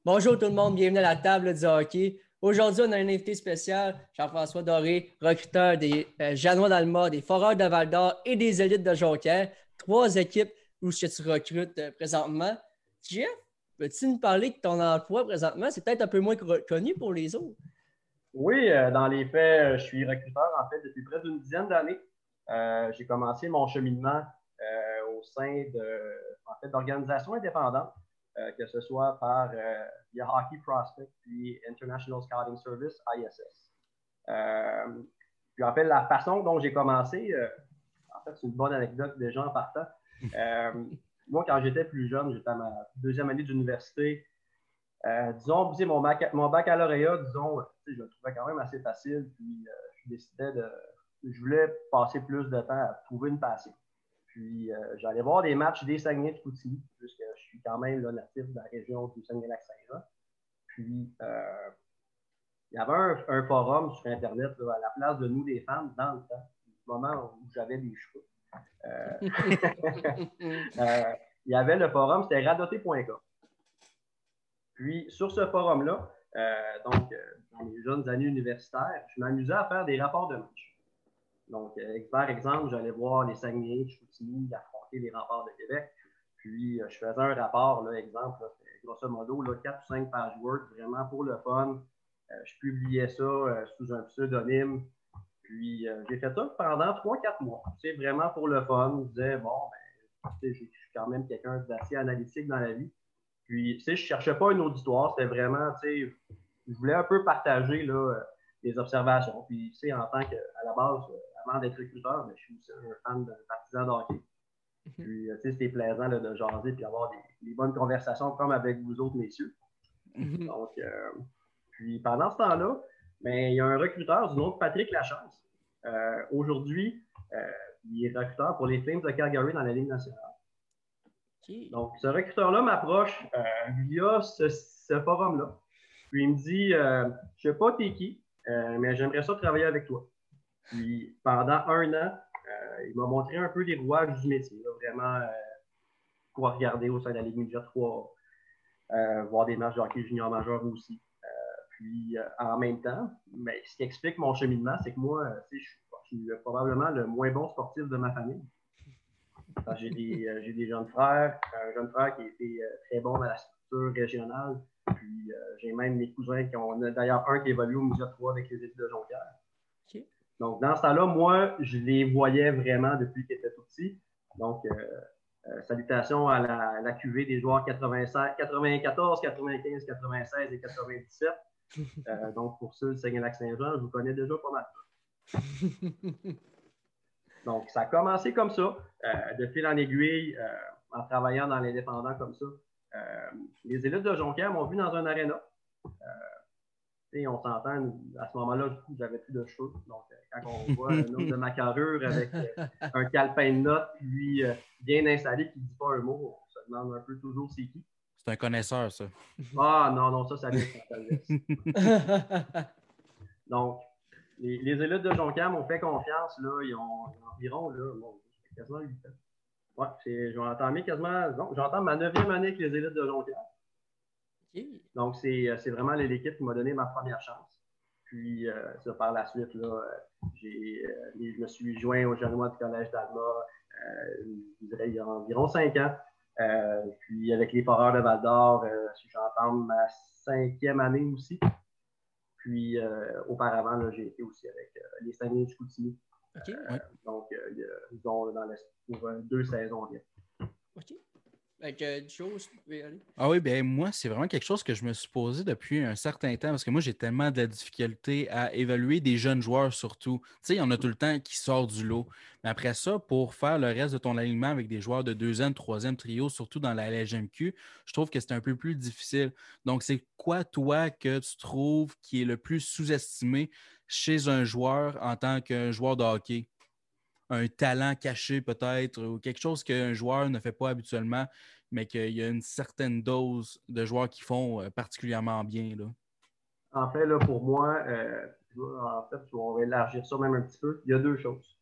Bonjour tout le monde, bienvenue à la table du hockey. Aujourd'hui, on a un invité spécial, Jean-François Doré, recruteur des Janois d'Alma, des Foreurs de Val-d'Or et des Élites de Jonquière. Trois équipes où tu recrutes présentement. Jeff, peux-tu nous parler de ton emploi présentement? C'est peut-être un peu moins connu pour les autres. Oui, dans les faits, je suis recruteur en fait depuis près d'une dizaine d'années. J'ai commencé mon cheminement au sein d'organisations indépendantes, que ce soit via Hockey Prospect puis International Scouting Service, ISS. Euh, Puis en fait, la façon dont j'ai commencé, en fait, c'est une bonne anecdote déjà en partant. Euh, Moi, quand j'étais plus jeune, j'étais à ma deuxième année d'université. Disons, mon baccalauréat, disons, je le trouvais quand même assez facile. Puis, je voulais passer plus de temps à trouver une passion. Puis, j'allais voir des matchs des Saguenay-de-Chicoutimi, puisque je suis quand même là, natif de la région du Saguenay-Lac-Saint-Jean. Puis, il y avait un forum sur Internet là, à la place de nous, des femmes, dans le temps, du moment où j'avais des cheveux. Il y avait le forum, c'était radoté.com. Puis, sur ce forum-là, dans mes jeunes années universitaires, je m'amusais à faire des rapports de match. Donc, par exemple, j'allais voir les Saguenay, Chicoutimi affronter les remparts de Québec. Puis, je faisais un rapport, là, exemple, là, grosso modo, là, 4 ou 5 pages Word, vraiment pour le fun. Je publiais ça sous un pseudonyme. Puis, j'ai fait ça pendant 3-4 mois. C'est vraiment pour le fun. Je disais, bon, je suis quand même quelqu'un d'assez analytique dans la vie. Puis, je ne cherchais pas une auditoire, c'était vraiment, je voulais un peu partager là, des observations. Puis, en tant qu'à la base, avant d'être recruteur, je suis aussi un fan de partisan de hockey. Puis, c'était plaisant là, de jaser et avoir des bonnes conversations comme avec vous autres, messieurs. Donc, puis pendant ce temps-là, il y a un recruteur du nom de Patrick Lachance. Aujourd'hui, il est recruteur pour les Flames de Calgary dans la Ligue nationale. Donc, ce recruteur-là m'approche via ce forum-là. Puis, il me dit je ne sais pas t'es qui, mais j'aimerais ça travailler avec toi. Puis, pendant un an, il m'a montré un peu les rouages du métier. Là, vraiment, quoi regarder au sein de la Ligue Midget 3, voir des matchs de hockey junior majeur aussi. Puis, en même temps, ce qui explique mon cheminement, c'est que moi, je suis probablement le moins bon sportif de ma famille. J'ai des jeunes frères, un jeune frère qui a été très bon dans la structure régionale. Puis j'ai même mes cousins qui ont d'ailleurs un qui évolue au Musée 3 avec les équipes de Jonquière. Okay. Donc dans ce temps-là, moi, je les voyais vraiment depuis qu'ils étaient tout petits. Donc salutations à la QV des joueurs 94, 95, 96 et 97. Donc pour ceux de Saguenay-Lac-Saint-Jean, je vous connais déjà pas mal. Donc, ça a commencé comme ça, de fil en aiguille, en travaillant dans l'indépendant comme ça. Les élites de Jonquière m'ont vu dans un aréna. On s'entend, à ce moment-là, j'avais plus de cheveux. Donc, quand on voit un homme de ma carrure avec un calepin de notes, puis bien installé, qui ne dit pas un mot, on se demande un peu toujours c'est qui. C'est un connaisseur, ça. Ah non, ça vient de sagesse. Donc, les élites de Jonquière m'ont fait confiance. Là, ils ont environ, là, quasiment 8 ans. Ouais, j'entends ma 9e année avec les élites de Jonquière. Okay. Donc, c'est vraiment l'équipe qui m'a donné ma première chance. Puis, par la suite, là, je me suis joint aux Janois du Collège d'Alma, je dirais, il y a environ 5 ans. Puis, avec les Foreurs de Val-d'Or, j'entends ma 5e année aussi. Puis, auparavant, là, j'ai été aussi avec les Saguenay-Chicoutimi. Okay. Donc, ils ont pour 2 saisons bien. OK. Avec chose, vous pouvez aller. Ah oui, bien moi, c'est vraiment quelque chose que je me suis posé depuis un certain temps parce que moi, j'ai tellement de la difficulté à évaluer des jeunes joueurs surtout. Tu sais, il y en a tout le temps qui sortent du lot. Mais après ça, pour faire le reste de ton alignement avec des joueurs de 2e, 3e trio, surtout dans la LGMQ, je trouve que c'est un peu plus difficile. Donc, c'est quoi, toi, que tu trouves qui est le plus sous-estimé chez un joueur en tant que joueur de hockey? Un talent caché peut-être ou quelque chose qu'un joueur ne fait pas habituellement, mais qu'il y a une certaine dose de joueurs qui font particulièrement bien. Là. En fait, là, pour moi, on va élargir ça même un petit peu. Il y a 2 choses.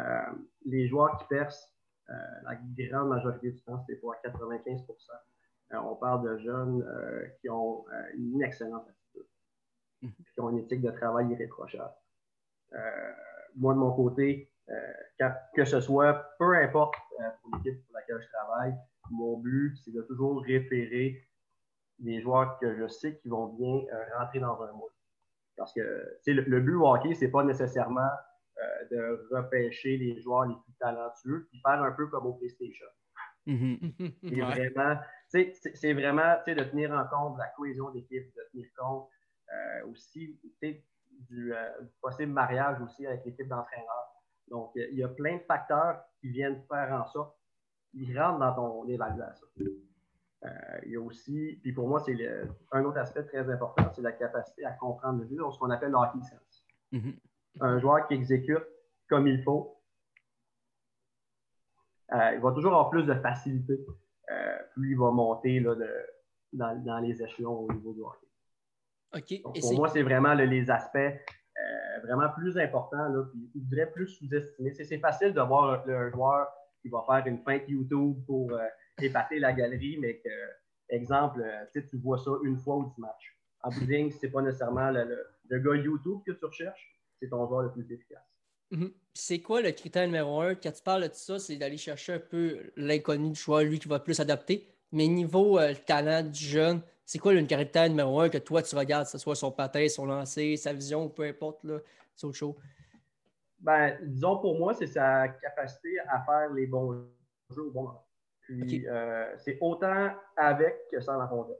Les joueurs qui percent, la grande majorité du temps, c'est pour 95%. On parle de jeunes qui ont une excellente attitude, qui ont une éthique de travail irréprochable. Moi, de mon côté, que ce soit, peu importe pour l'équipe pour laquelle je travaille, mon but, c'est de toujours référer des joueurs que je sais qui vont bien rentrer dans un moule. Parce que le but au hockey, c'est pas nécessairement de repêcher les joueurs les plus talentueux puis faire un peu comme au PlayStation. C'est vraiment de tenir en compte de la cohésion d'équipe, de tenir compte aussi du possible mariage aussi avec l'équipe d'entraîneurs. Donc, il y a plein de facteurs qui viennent faire en sorte qu'ils rentrent dans ton évaluation. Il y a aussi, puis pour moi, c'est un autre aspect très important, c'est la capacité à comprendre le jeu, ce qu'on appelle le hockey sense. Un joueur qui exécute comme il faut, il va toujours avoir plus de facilité, plus il va monter là, dans les échelons au niveau du hockey. Okay. Donc, pour moi, c'est vraiment les aspects vraiment plus importants, là, puis je dirais plus sous-estimés. C'est facile de voir un joueur qui va faire une feinte YouTube pour épater la galerie, mais que, exemple, tu vois ça une fois ou 10 matchs. En bout de ligne, c'est pas nécessairement le gars YouTube que tu recherches, c'est ton joueur le plus efficace. C'est quoi le critère numéro 1? Quand tu parles de ça, c'est d'aller chercher un peu l'inconnu du joueur, lui qui va plus adapter. Mais niveau talent du jeune, c'est quoi le critère numéro 1 que toi tu regardes, que ce soit son patin, son lancer, sa vision, peu importe, là, c'est autre chose? Ben, disons pour moi, c'est sa capacité à faire les bons jeux au bon moment. Puis c'est autant avec que sans la rondelle.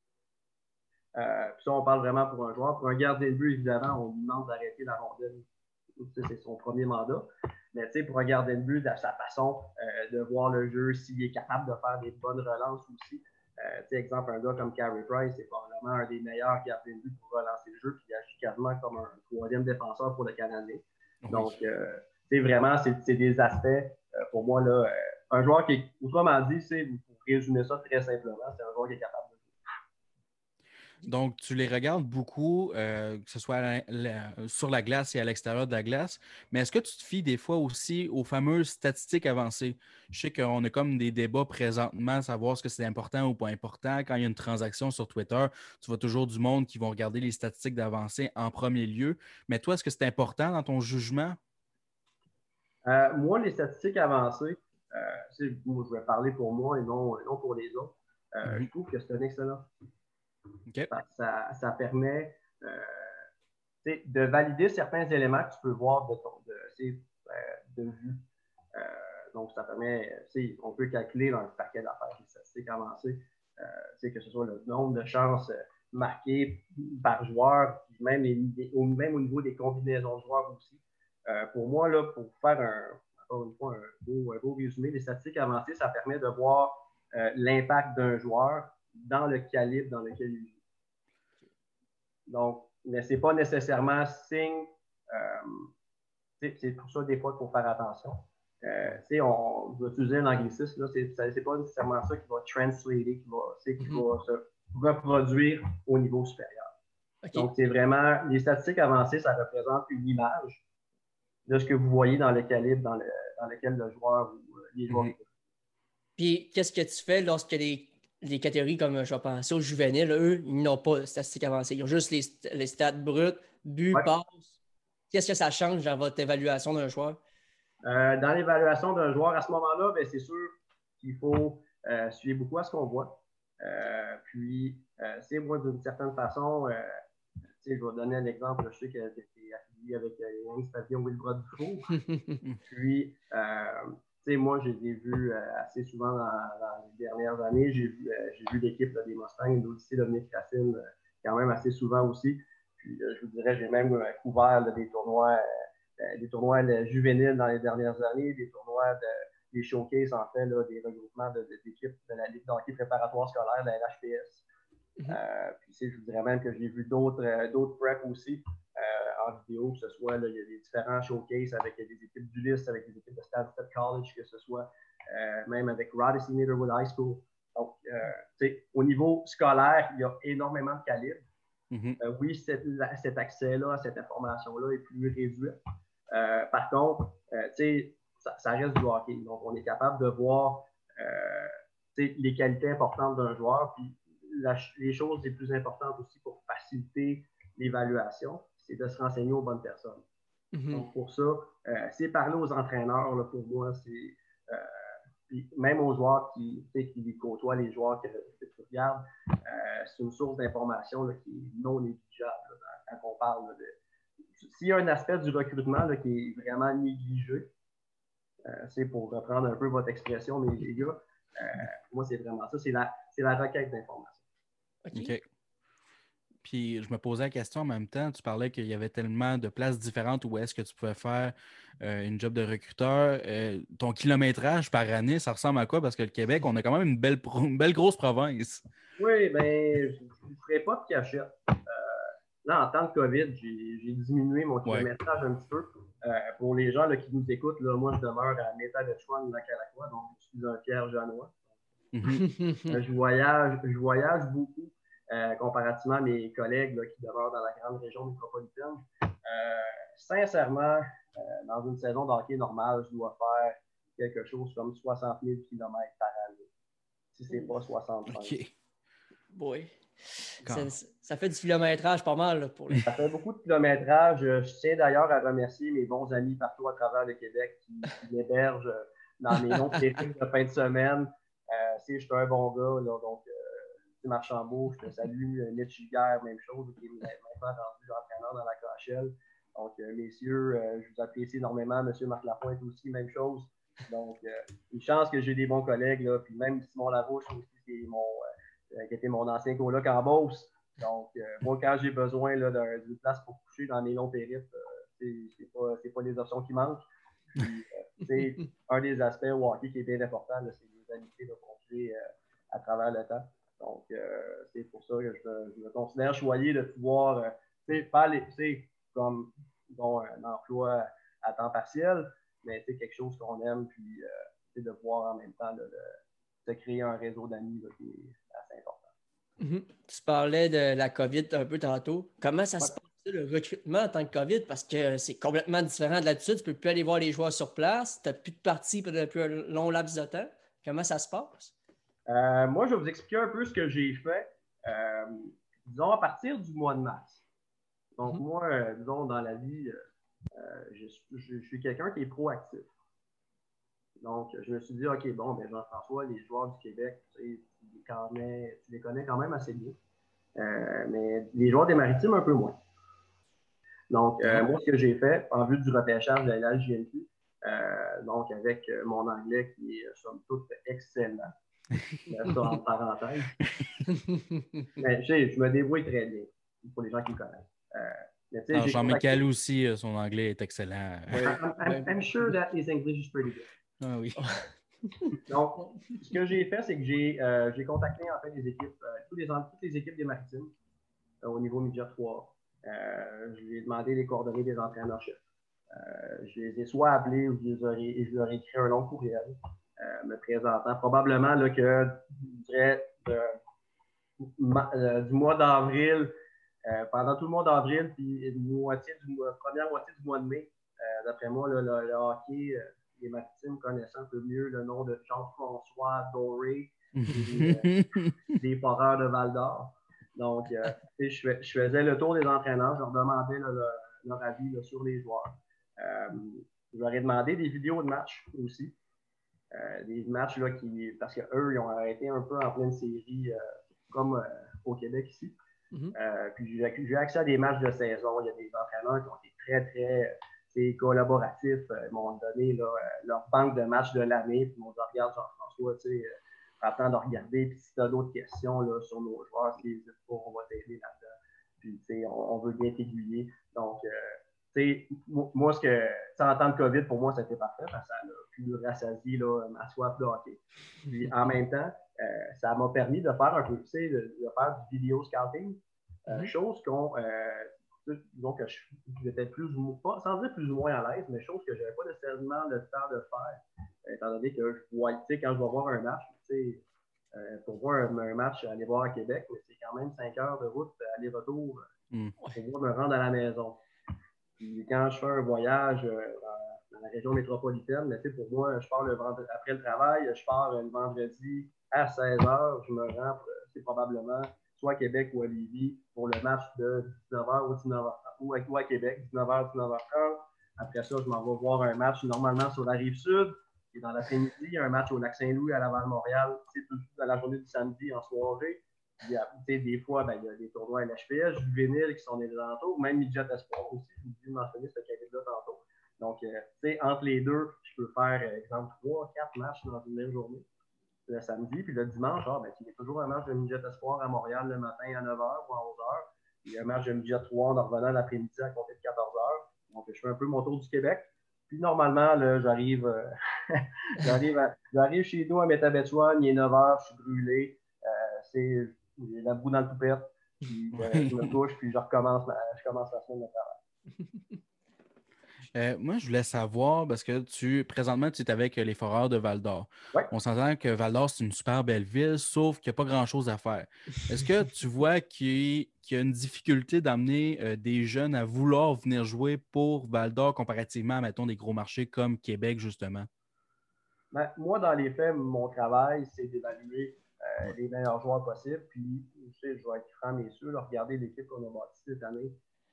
Puis ça, on parle vraiment pour un joueur. Pour un gardien de but, évidemment, on lui demande d'arrêter la rondelle. C'est son premier mandat. Mais pour un gardien de but, de sa façon de voir le jeu, s'il est capable de faire des bonnes relances aussi. Exemple, un gars comme Carey Price, c'est probablement un des meilleurs gardiens de but pour relancer le jeu, puis il agit quasiment comme un troisième défenseur pour le Canadien. Oui. Donc, vraiment, c'est des aspects, pour moi, là, un joueur qui est, autrement dit, pour résumer ça très simplement, c'est un joueur qui est capable de jouer. Donc, tu les regardes beaucoup, que ce soit sur la glace et à l'extérieur de la glace, mais est-ce que tu te fies des fois aussi aux fameuses statistiques avancées? Je sais qu'on a comme des débats présentement, savoir ce que c'est important ou pas important. Quand il y a une transaction sur Twitter, tu vois toujours du monde qui vont regarder les statistiques d'avancée en premier lieu. Mais toi, est-ce que c'est important dans ton jugement? Moi, les statistiques avancées, moi, je vais parler pour moi et non pour les autres. Je trouve que c'est un excellent. Okay. Ça permet de valider certains éléments que tu peux voir de vue. Donc, ça permet, on peut calculer un paquet d'affaires des statistiques avancées, que ce soit le nombre de chances marquées par joueur, même au niveau des combinaisons de joueurs aussi. Pour moi, là, pour faire encore une fois un beau résumé, les statistiques avancées, ça permet de voir l'impact d'un joueur dans le calibre dans lequel il joue. Donc, mais ce n'est pas nécessairement signe. C'est pour ça, des fois, qu'il faut faire attention. On va utiliser un anglicisme, ce n'est pas nécessairement ça qui va translater, qui va se reproduire au niveau supérieur. Okay. Donc, c'est vraiment, les statistiques avancées, ça représente une image de ce que vous voyez dans le calibre dans lequel le joueur ou les joueurs. Puis, qu'est-ce que tu fais lorsque les catégories comme je vais penser aux juvéniles, eux, ils n'ont pas de statistiques avancées. Ils ont juste les stats brutes, but, passe. Qu'est-ce que ça change dans votre évaluation d'un joueur? Dans l'évaluation d'un joueur, à ce moment-là, ben, c'est sûr qu'il faut suivre beaucoup à ce qu'on voit. Puis, moi, d'une certaine façon, je vais donner un exemple. Je sais que tu es affilié avec Yannis Pavillon-Wilbrod Dufour. Puis, moi, je les ai vus assez souvent dans les dernières années. J'ai vu l'équipe des Mustangs, aussi Dominique Racine, quand même assez souvent aussi. Puis, je vous dirais, j'ai même couvert des tournois juvéniles dans les dernières années, des tournois, des showcases, en fait, là, des regroupements d'équipes de la Ligue de hockey préparatoire scolaire, de la LHPS. Puis, je vous dirais même que j'ai vu d'autres preps aussi en vidéo, que ce soit, là, il y a des différents showcases avec des équipes d'Ulysse, avec des équipes de Stanford College, que ce soit même avec Radisson Netherwood High School. Donc, au niveau scolaire, il y a énormément de calibres. Oui, cet accès-là à cette information-là est plus réduit. Par contre, ça reste du hockey. Donc, on est capable de voir les qualités importantes d'un joueur. Puis les choses les plus importantes aussi pour faciliter l'évaluation, c'est de se renseigner aux bonnes personnes. Donc, pour ça, c'est parler aux entraîneurs, là, pour moi, c'est puis même aux joueurs qui côtoient les joueurs que tu regardes, c'est une source d'information là, qui est non négligeable là, quand on parle là, de. S'il y a un aspect du recrutement là, qui est vraiment négligé, c'est pour reprendre un peu votre expression, mais les gars, moi, c'est vraiment ça, c'est la requête d'information. OK. Puis je me posais la question en même temps, tu parlais qu'il y avait tellement de places différentes où est-ce que tu pouvais faire une job de recruteur. Ton kilométrage par année, ça ressemble à quoi? Parce que le Québec, on a quand même une belle grosse province. Oui, bien, je ne ferai pas de cachette. Là, en temps de COVID, j'ai diminué mon kilométrage un petit peu. Pour les gens là, qui nous écoutent, là, moi, je demeure à Métabetchouan, Lac-à-la-Croix, donc je suis un Pierre Janois. Je voyage beaucoup. Comparativement à mes collègues là, qui demeurent dans la grande région métropolitaine. Sincèrement, dans une saison de hockey normale, je dois faire quelque chose comme 60 000 km par année. Si ce n'est pas 65. OK. Oui. Ça fait du kilométrage pas mal. Là, Ça fait beaucoup de kilométrage. Je tiens d'ailleurs à remercier mes bons amis partout à travers le Québec qui m'hébergent dans mes longs périples de fin de semaine. Je suis un bon gars, là, donc Marchambault, je te salue. Mitch Giguère, même chose, qui est maintenant rendu entraîneur dans la KHL. Donc, messieurs, je vous apprécie énormément. Monsieur Marc Lapointe aussi, même chose. Donc, une chance que j'ai des bons collègues. Là. Puis même Simon Larouche aussi, qui était mon ancien coloc en Beauce. Donc, moi, quand j'ai besoin d'une place pour coucher dans mes longs périples, c'est pas les options qui manquent. Puis, un des aspects au hockey qui est bien important, là, c'est les amitiés qu'on crée à travers le temps. Donc, c'est pour ça que je me considère choyé de pouvoir faire comme un emploi à temps partiel, mais c'est quelque chose qu'on aime, puis de pouvoir en même temps de créer un réseau d'amis qui est assez important. Tu parlais de la COVID un peu tantôt. Comment ça se passe, le recrutement en tant que COVID? Parce que c'est complètement différent de l'habitude. Tu ne peux plus aller voir les joueurs sur place. Tu n'as plus de parties depuis un long laps de temps. Comment ça se passe? Moi, je vais vous expliquer un peu ce que j'ai fait, disons, à partir du mois de mars. Donc, moi, disons, dans la vie, je suis quelqu'un qui est proactif. Donc, je me suis dit, OK, bon, ben Jean-François, les joueurs du Québec, tu les connais quand même assez bien. Mais les joueurs des Maritimes, un peu moins. Donc, moi, ce que j'ai fait, en vue du repêchage de la LGMQ, donc avec mon anglais qui est, somme toute, excellent, ça en parenthèse. Mais je me débrouille très bien, pour les gens qui me connaissent. Jean-Michel aussi, son anglais est excellent. I'm sure that his English is pretty good. Ah oui. Donc, ce que j'ai fait, c'est que j'ai contacté en fait les équipes, toutes les équipes des Maritimes au niveau midget 3. Je lui ai demandé les coordonnées des entraîneurs-chefs. Je les ai soit appelés ou je leur ai écrit un long courriel me présentant. Probablement là, que je dirais du mois d'avril, pendant tout le mois d'avril, puis première moitié du mois de mai, d'après moi, le hockey, les Maritimes connaissant un peu mieux le nom de Jean-François Doré des Foreurs de Val-d'Or. Donc, je faisais le tour des entraîneurs, je leur demandais leur avis sur les joueurs. Je leur ai demandé des vidéos de matchs aussi. Des matchs là, parce qu'eux, ils ont arrêté un peu en pleine série, comme au Québec ici. Puis j'ai accès à des matchs de saison. Il y a des entraîneurs qui ont été très, très collaboratifs. Ils m'ont donné leur banque de matchs de l'année. Puis ils m'ont dit, regarde Jean-François, prends le temps de regarder. Puis si tu as d'autres questions là, sur nos joueurs, n'hésite pas, on va t'aider là-dedans. Puis on veut bien t'aiguiller. Donc, moi, en temps de COVID, pour moi, c'était parfait parce que ça a pu rassasier ma soif de hockey. Puis en même temps, ça m'a permis de faire un peu, de faire du vidéo scouting, chose disons que j'étais plus ou moins, sans dire plus ou moins à l'aise, mais chose que je n'avais pas nécessairement le temps de faire, étant donné que je vois, quand je vais voir un match, pour voir un match, aller voir à Québec, c'est quand même 5 heures de route aller-retour pour pouvoir me rendre à la maison. Puis quand je fais un voyage dans la région métropolitaine, mais pour moi, je pars après le travail, je pars le vendredi à 16h, je me rends, c'est probablement soit à Québec ou à Lévis pour le match de 19h ou 19h, ou à Québec, 19h, 19h30. Après ça, je m'en vais voir un match normalement sur la Rive-Sud. Et dans l'après-midi, il y a un match au Lac-Saint-Louis à Laval-Montréal, tout dans la journée du samedi en soirée. Puis, des fois, il y a des tournois LHPS, juvéniles qui sont des alentours, même Midget Espoir aussi. Je vous ai mentionné ce calibre-là tantôt. Donc, entre les deux, je peux faire, exemple, 3-4 matchs dans une même journée. Le samedi, puis le dimanche, il y a toujours un match de Midget Espoir à Montréal le matin à 9h ou à 11h. Il y a un match de Midget 3 en revenant l'après-midi à compter de 14h. Donc, je fais un peu mon tour du Québec. Puis, normalement, là, j'arrive chez nous à Métabetchouan, il est 9h, je suis brûlé. J'ai la boue dans le toupette. Puis, je me couche, puis je commence la semaine de travail. Moi, je voulais savoir, parce que présentement, tu es avec les Foreurs de Val-d'Or. Ouais. On s'entend que Val-d'Or, c'est une super belle ville, sauf qu'il n'y a pas grand-chose à faire. Est-ce que tu vois qu'il y a une difficulté d'amener des jeunes à vouloir venir jouer pour Val-d'Or comparativement à, mettons, des gros marchés comme Québec, justement? Moi, dans les faits, mon travail, c'est d'évaluer les meilleurs joueurs possibles. Puis, je vais être franc, messieurs, regarder l'équipe qu'on a bâtie cette année.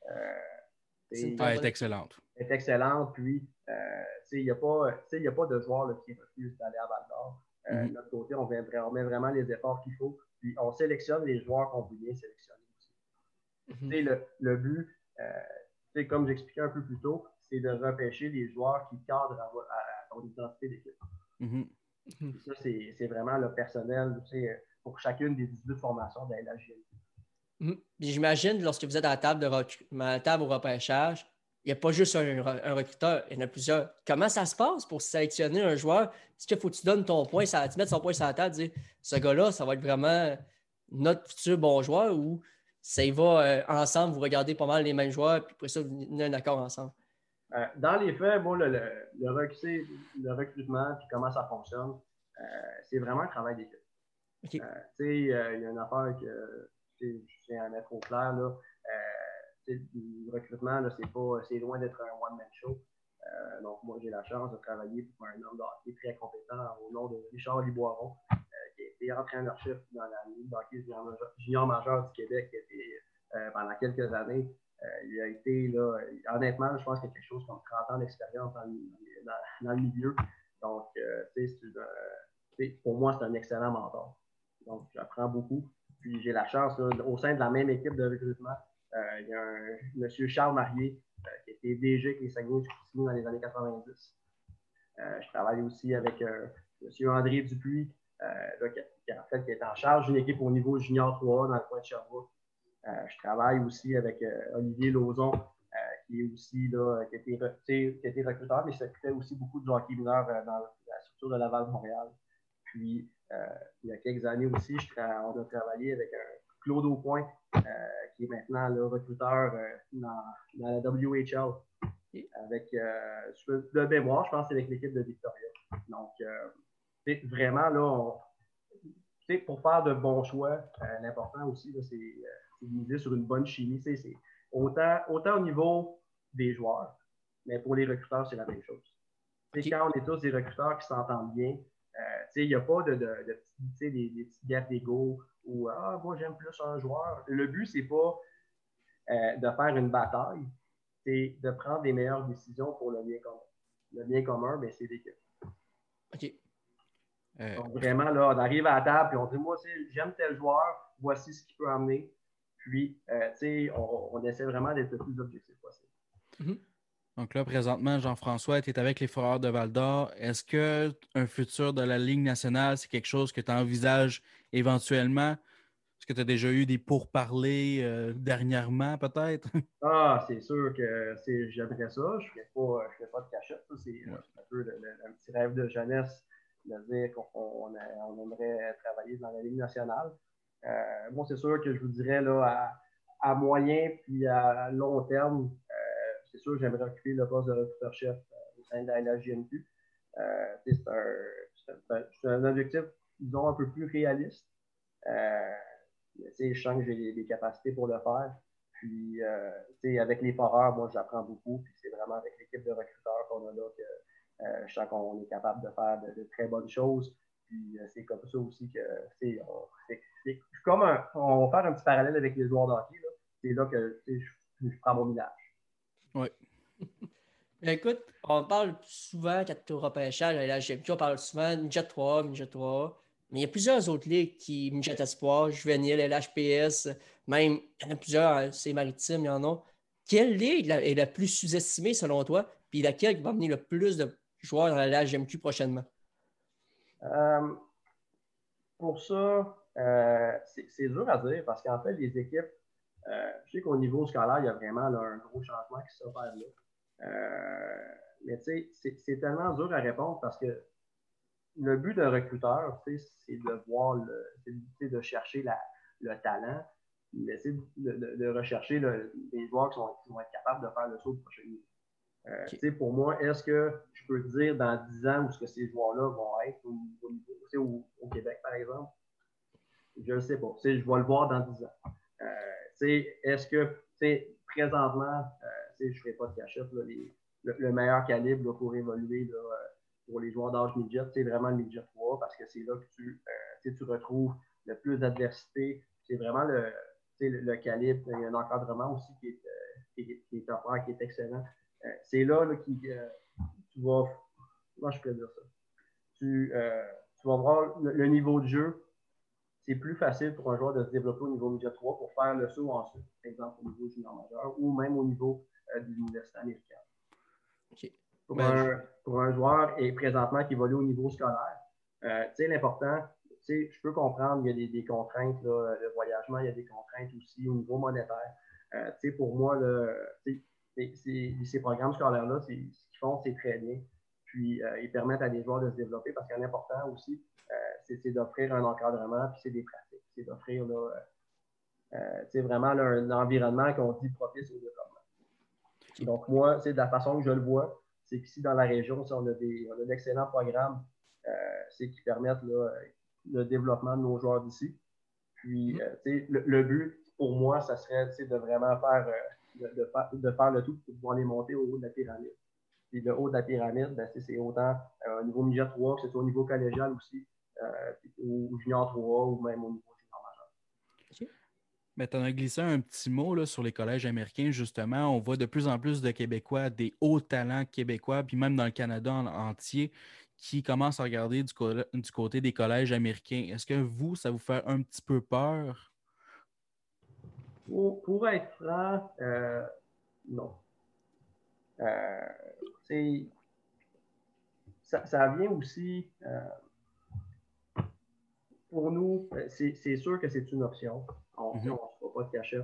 Elle est excellente. Elle est excellente. Puis, il n'y a pas de joueurs là, qui refusent d'aller à Val-d'Or. De notre côté, on met vraiment les efforts qu'il faut. Puis, on sélectionne les joueurs qu'on veut bien sélectionner aussi. Le but, comme j'expliquais un peu plus tôt, c'est de repêcher les joueurs qui cadrent à ton identité d'équipe. Ça, c'est vraiment le personnel pour chacune des 18 formations de la LHJMQ. J'imagine, lorsque vous êtes à la table de recrutement, à la table au repêchage, il n'y a pas juste un recruteur, il y en a plusieurs. Comment ça se passe pour sélectionner un joueur? Est-ce qu'il faut que tu donnes ton point, tu mettes son point sur la table, dire ce gars-là, ça va être vraiment notre futur bon joueur, ou ça y va ensemble, vous regardez pas mal les mêmes joueurs, puis après ça, vous venez un accord ensemble? Dans les faits, bon, le recrutement puis comment ça fonctionne, c'est vraiment un travail d'équipe. Okay. Il y a une affaire que je tiens à mettre au clair. Là, le recrutement, là, c'est loin d'être un one-man show. Donc, moi, j'ai la chance de travailler pour un homme de hockey très compétent au nom de Richard Liboiron, qui a été entraîneur-chef dans la Ligue de hockey junior majeur du Québec, qui a été pendant quelques années. Il a été, là, honnêtement, je pense qu'il y a quelque chose comme 30 ans d'expérience dans le milieu. Donc, pour moi, c'est un excellent mentor. Donc, j'apprends beaucoup. Puis, j'ai la chance, là, au sein de la même équipe de recrutement, il y a M. Charles Marié, qui était DG avec les Saguenay du Chicoutimi dans les années 90. Je travaille aussi avec M. André Dupuis, qui est en charge d'une équipe au niveau junior 3 dans le coin de Sherbrooke. Je travaille aussi avec Olivier Lauzon, qui est aussi là, qui a été recruteur, mais qui s'occupait aussi beaucoup du hockey mineur dans la structure de Laval-Montréal. Puis, il y a quelques années aussi, on a travaillé avec Claude Aupoint, qui est maintenant le recruteur dans la WHL. Avec de mémoire, je pense que c'est avec l'équipe de Victoria. Donc, vraiment, là, pour faire de bons choix, l'important aussi, là, c'est de miser sur une bonne chimie. C'est autant au niveau des joueurs, mais pour les recruteurs, c'est la même chose. Okay. Quand on est tous des recruteurs qui s'entendent bien, il n'y a pas des petites guerres d'ego ou moi j'aime plus un joueur. Le but, c'est pas de faire une bataille, c'est de prendre les meilleures décisions pour le bien commun. Le bien commun, ben, c'est l'équipe. OK. Donc, vraiment, là, on arrive à la table et on dit moi, j'aime tel joueur, voici ce qu'il peut amener. Puis, on essaie vraiment d'être le plus objectif possible. Mm-hmm. Donc là, présentement, Jean-François, tu es avec les Foreurs de Val-d'Or. Est-ce qu'un futur de la Ligue nationale, c'est quelque chose que tu envisages éventuellement? Est-ce que tu as déjà eu des pourparlers dernièrement, peut-être? C'est sûr que j'aimerais ça. Je ne fais pas de cachette. C'est un peu un petit rêve de jeunesse de dire qu'on aimerait travailler dans la Ligue nationale. Moi, c'est sûr que je vous dirais là, à moyen puis à long terme, c'est sûr que j'aimerais occuper le poste de recruteur-chef au sein de la LHJMQ. C'est un objectif, disons, un peu plus réaliste. Je sens que j'ai les capacités pour le faire. Puis, avec les Foreurs, moi, j'apprends beaucoup. Puis, c'est vraiment avec l'équipe de recruteurs qu'on a là que je sens qu'on est capable de faire de très bonnes choses. Puis c'est comme ça aussi que c'est comme on va faire un petit parallèle avec les joueurs de hockey. Là. C'est là que je prends mon village. Oui. Écoute, on parle souvent, quand tu es au repêchage, à la GMQ, on parle souvent Midget 3, Midget 3. Mais il y a plusieurs autres ligues qui Midget Espoir, Juvenile, LHPS, même, il y en a plusieurs, c'est maritime, il y en a. Quelle ligue est la plus sous-estimée selon toi? Puis laquelle va amener le plus de joueurs dans la GMQ prochainement? Pour ça, c'est dur à dire parce qu'en fait, les équipes, je sais qu'au niveau scolaire, il y a vraiment là, un gros changement qui s'opère là. Mais tu sais, c'est tellement dur à répondre parce que le but d'un recruteur, c'est de voir, de chercher le talent, de rechercher les joueurs qui vont être capables de faire le saut du prochain niveau. Okay. Pour moi, est-ce que je peux dire dans 10 ans où est-ce que ces joueurs-là vont être au niveau, au Québec, par exemple? Je ne sais pas. Je vais le voir dans 10 ans. Est-ce que, présentement, je ne ferai pas de cachette, là, le meilleur calibre là, pour évoluer là, pour les joueurs d'âge midget, c'est vraiment le midget 3 parce que c'est là que tu retrouves le plus d'adversité. C'est vraiment le calibre. Il y a un encadrement aussi qui est offert, qui est excellent. C'est là tu vas. Comment je peux dire ça? Tu vas voir le niveau de jeu. C'est plus facile pour un joueur de se développer au niveau midget 3 pour faire le saut ensuite, par exemple au niveau junior majeur ou même au niveau de l'université américaine. Okay. Pour un joueur et présentement qui évolue au niveau scolaire, l'important, je peux comprendre, il y a des contraintes, là, le voyagement, il y a des contraintes aussi au niveau monétaire. Pour moi, ces programmes scolaires-là, ce qu'ils font, c'est très bien. Puis, ils permettent à des joueurs de se développer parce qu'un important aussi, c'est d'offrir un encadrement, puis c'est des pratiques. C'est d'offrir vraiment là, un environnement qu'on dit propice au développement. Donc, moi, de la façon que je le vois, c'est qu'ici, dans la région, on a d'excellents programmes qui permettent là, le développement de nos joueurs d'ici. Puis, le but, pour moi, ça serait de vraiment faire, de faire le tout pour pouvoir les monter au haut de la pyramide. Puis, le haut de la pyramide, c'est autant au niveau midget 3 que c'est au niveau collégial aussi, au junior 3 ou même au niveau junior majeur. Okay. Mais tu en as glissé un petit mot là, sur les collèges américains, justement. On voit de plus en plus de Québécois, des hauts talents québécois, puis même dans le Canada entier, qui commencent à regarder du côté des collèges américains. Est-ce que vous, ça vous fait un petit peu peur? Pour être franc, non. Ça vient aussi, pour nous, c'est sûr que c'est une option. On ne se fera pas de cachette.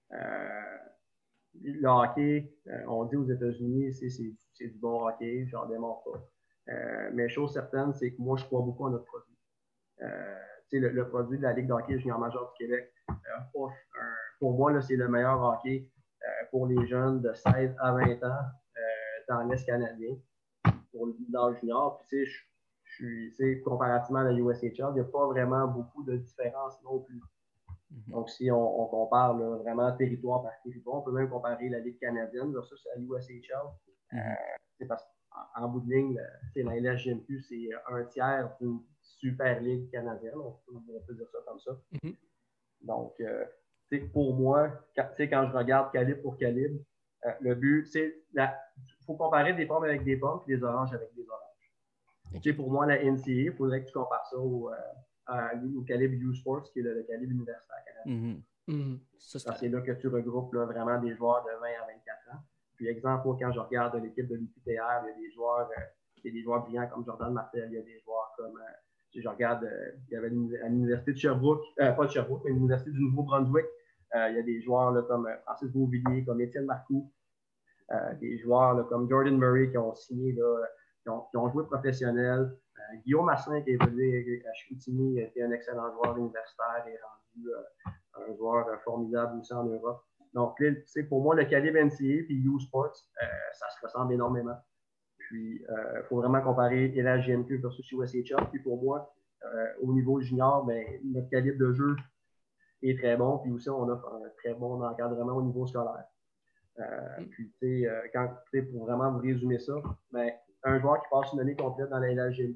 Le hockey, on dit aux États-Unis, c'est du bon hockey, j'en démontre pas. Mais chose certaine, c'est que moi, je crois beaucoup à notre produit. Le produit de la Ligue de hockey junior majeur du Québec, pour moi, là, c'est le meilleur hockey pour les jeunes de 16 à 20 ans dans l'Est canadien, dans le junior. Puis, comparativement à la USHL, il n'y a pas vraiment beaucoup de différence non plus. Donc, si on compare là, vraiment territoire par territoire, on peut même comparer la Ligue canadienne versus la USHL. Parce qu'en bout de ligne, la LHGMQ, c'est un tiers d'une super ligue canadienne. On peut dire ça comme ça. Donc, pour moi, quand je regarde calibre pour calibre, le but, il faut comparer des pommes avec des pommes et des oranges avec des oranges. Pour moi, la NCA, il faudrait que tu compares ça au calibre U-Sports, qui est le calibre universitaire canadien. C'est là que tu regroupes là, vraiment des joueurs de 20 à 24 ans. Puis, exemple, quand je regarde l'équipe de l'UQTR, il y a des joueurs brillants comme Jordan Martel, il y a des joueurs comme, je regarde, il y avait à l'université de Sherbrooke, pas de Sherbrooke, mais l'université du Nouveau-Brunswick, il y a des joueurs là, comme Francis Beauvillier, comme Étienne Marcoux, des joueurs là, comme Jordan Murray qui ont signé, là, qui ont joué professionnel. Guillaume Massin qui est évolué à Chicoutimi, qui est un excellent joueur universitaire et rendu un joueur formidable aussi en Europe. Donc, pour moi, le calibre NCA et U-Sports, ça se ressemble énormément. Puis, il faut vraiment comparer la GMQ versus USHL. Puis, pour moi, au niveau junior, notre calibre de jeu est très bon. Puis aussi, on offre un très bon encadrement au niveau scolaire. Puis, pour vraiment vous résumer ça, un joueur qui passe une année complète dans la LHGMQ,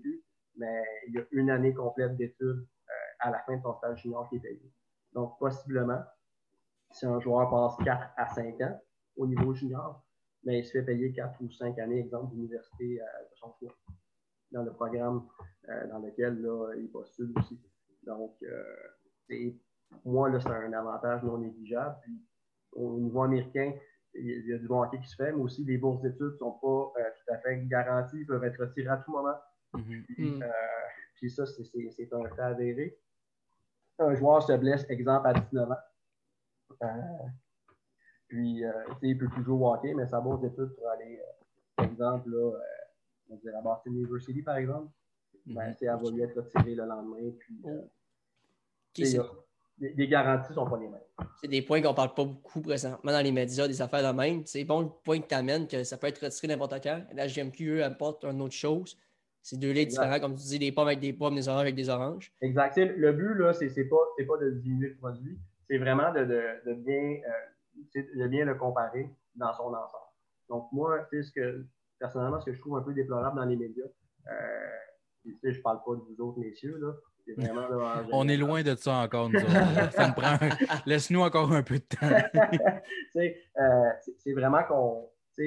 mais il y a une année complète d'études à la fin de ton stage junior qui est payé. Donc, possiblement, si un joueur passe 4 à 5 ans au niveau junior, mais il se fait payer 4 ou 5 années, exemple, d'université de son choix, dans le programme dans lequel là, il postule aussi. Donc, moi, là, c'est un avantage non négligeable. Puis, au niveau américain, il y a du bon hockey qui se fait, mais aussi les bourses d'études ne sont pas tout à fait garanties, ils peuvent être retirés à tout moment. Puis ça, c'est un fait avéré. Un joueur se blesse, exemple, à 19 ans. Puis, il peut plus jouer au hockey, mais sa bourse d'études pour aller, par exemple, là, on dirait à Boston University, par exemple, ben, elle va lui être retirée le lendemain. Puis, les garanties ne sont pas les mêmes. C'est des points qu'on ne parle pas beaucoup présentement dans les médias, des affaires de même. C'est bon le point que tu amènes, que ça peut être retiré n'importe quand. La GMQ, eux, apporte une autre chose. C'est deux laits différents, comme tu dis, des pommes avec des pommes, des oranges avec des oranges. Exact. Le but, là, c'est pas de diminuer le produit, c'est vraiment de bien le comparer dans son ensemble. Donc, moi, personnellement, ce que je trouve un peu déplorable dans les médias, je ne parle pas de vous autres messieurs, là. C'est vraiment, là, on est loin de ça encore, nous autres. Ça me prend. Laisse-nous encore un peu de temps. C'est vraiment qu'on.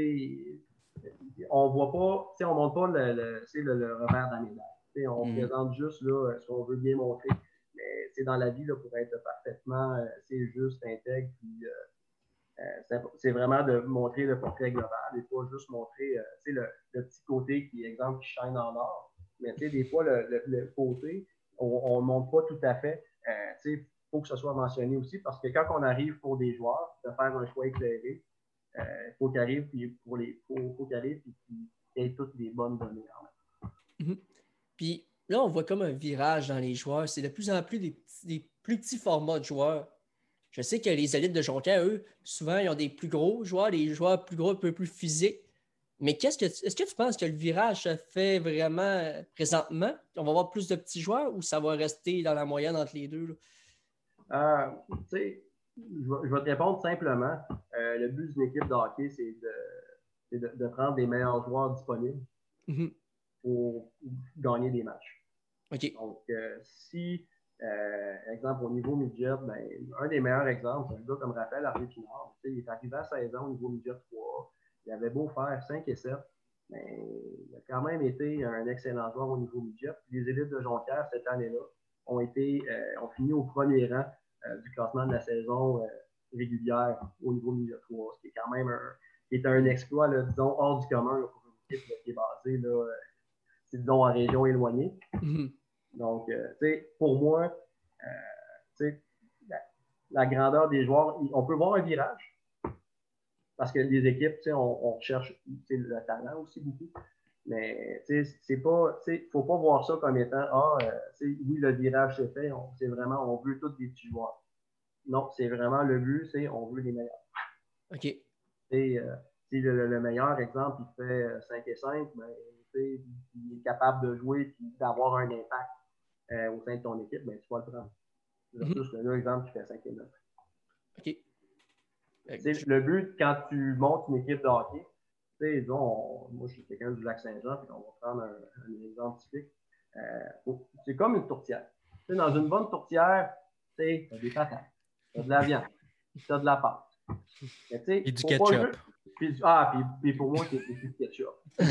On voit pas, on montre pas le revers de la médaille. On présente juste là, ce qu'on veut bien montrer. Mais dans la vie, là, pour être parfaitement juste, intègre, puis c'est vraiment de montrer le portrait global et pas juste montrer le petit côté qui, exemple, qui shine en or. Mais des fois, le côté, on ne montre pas tout à fait. Il faut que ce soit mentionné aussi parce que quand on arrive pour des joueurs, de faire un choix éclairé, il faut qu'ils arrivent puis qu'ils aient toutes les bonnes données. Puis là, on voit comme un virage dans les joueurs. C'est de plus en plus des plus petits formats de joueurs. Je sais que les élites de Jonquière, eux, souvent, ils ont des plus gros joueurs, des joueurs plus gros, un peu plus physiques. Mais est-ce que tu penses que le virage se fait vraiment présentement? On va avoir plus de petits joueurs ou ça va rester dans la moyenne entre les deux? Je vais te répondre simplement. Le but d'une équipe de hockey, c'est de prendre les meilleurs joueurs disponibles pour gagner des matchs. Okay. Donc, si, exemple, au niveau midget, ben, un des meilleurs exemples, c'est un gars comme Raphaël Harvey-Pinard. Il est arrivé à 16 ans au niveau midget 3. Il avait beau faire 5 et 7, mais il a quand même été un excellent joueur au niveau midget. Les élites de Jonquière, cette année-là, ont fini au premier rang du classement de la saison régulière au niveau midget 3, ce qui est quand même un exploit, là, disons, hors du commun là, pour une équipe qui est basée là, disons, en région éloignée. Donc, pour moi, la grandeur des joueurs, on peut voir un virage parce que les équipes, on recherche le talent aussi beaucoup. Mais il ne faut pas voir ça comme étant oui, le virage s'est fait, c'est vraiment, on veut tous des petits joueurs. Non, c'est vraiment le but, on veut les meilleurs. OK. Si le meilleur exemple, il fait 5 et 5, ben, il est capable de jouer et d'avoir un impact au sein de ton équipe, ben, tu vas le prendre. Versus le exemple qui fait 5 et 9. OK. Le but, quand tu montes une équipe de hockey, disons, moi je suis quelqu'un du Lac-Saint-Jean, puis on va prendre un exemple typique. C'est comme une tourtière. Dans une bonne tourtière, tu as des patates, tu as de la viande, tu as de la pâte. Et du ketchup. Puis pour moi, c'est plus de ketchup.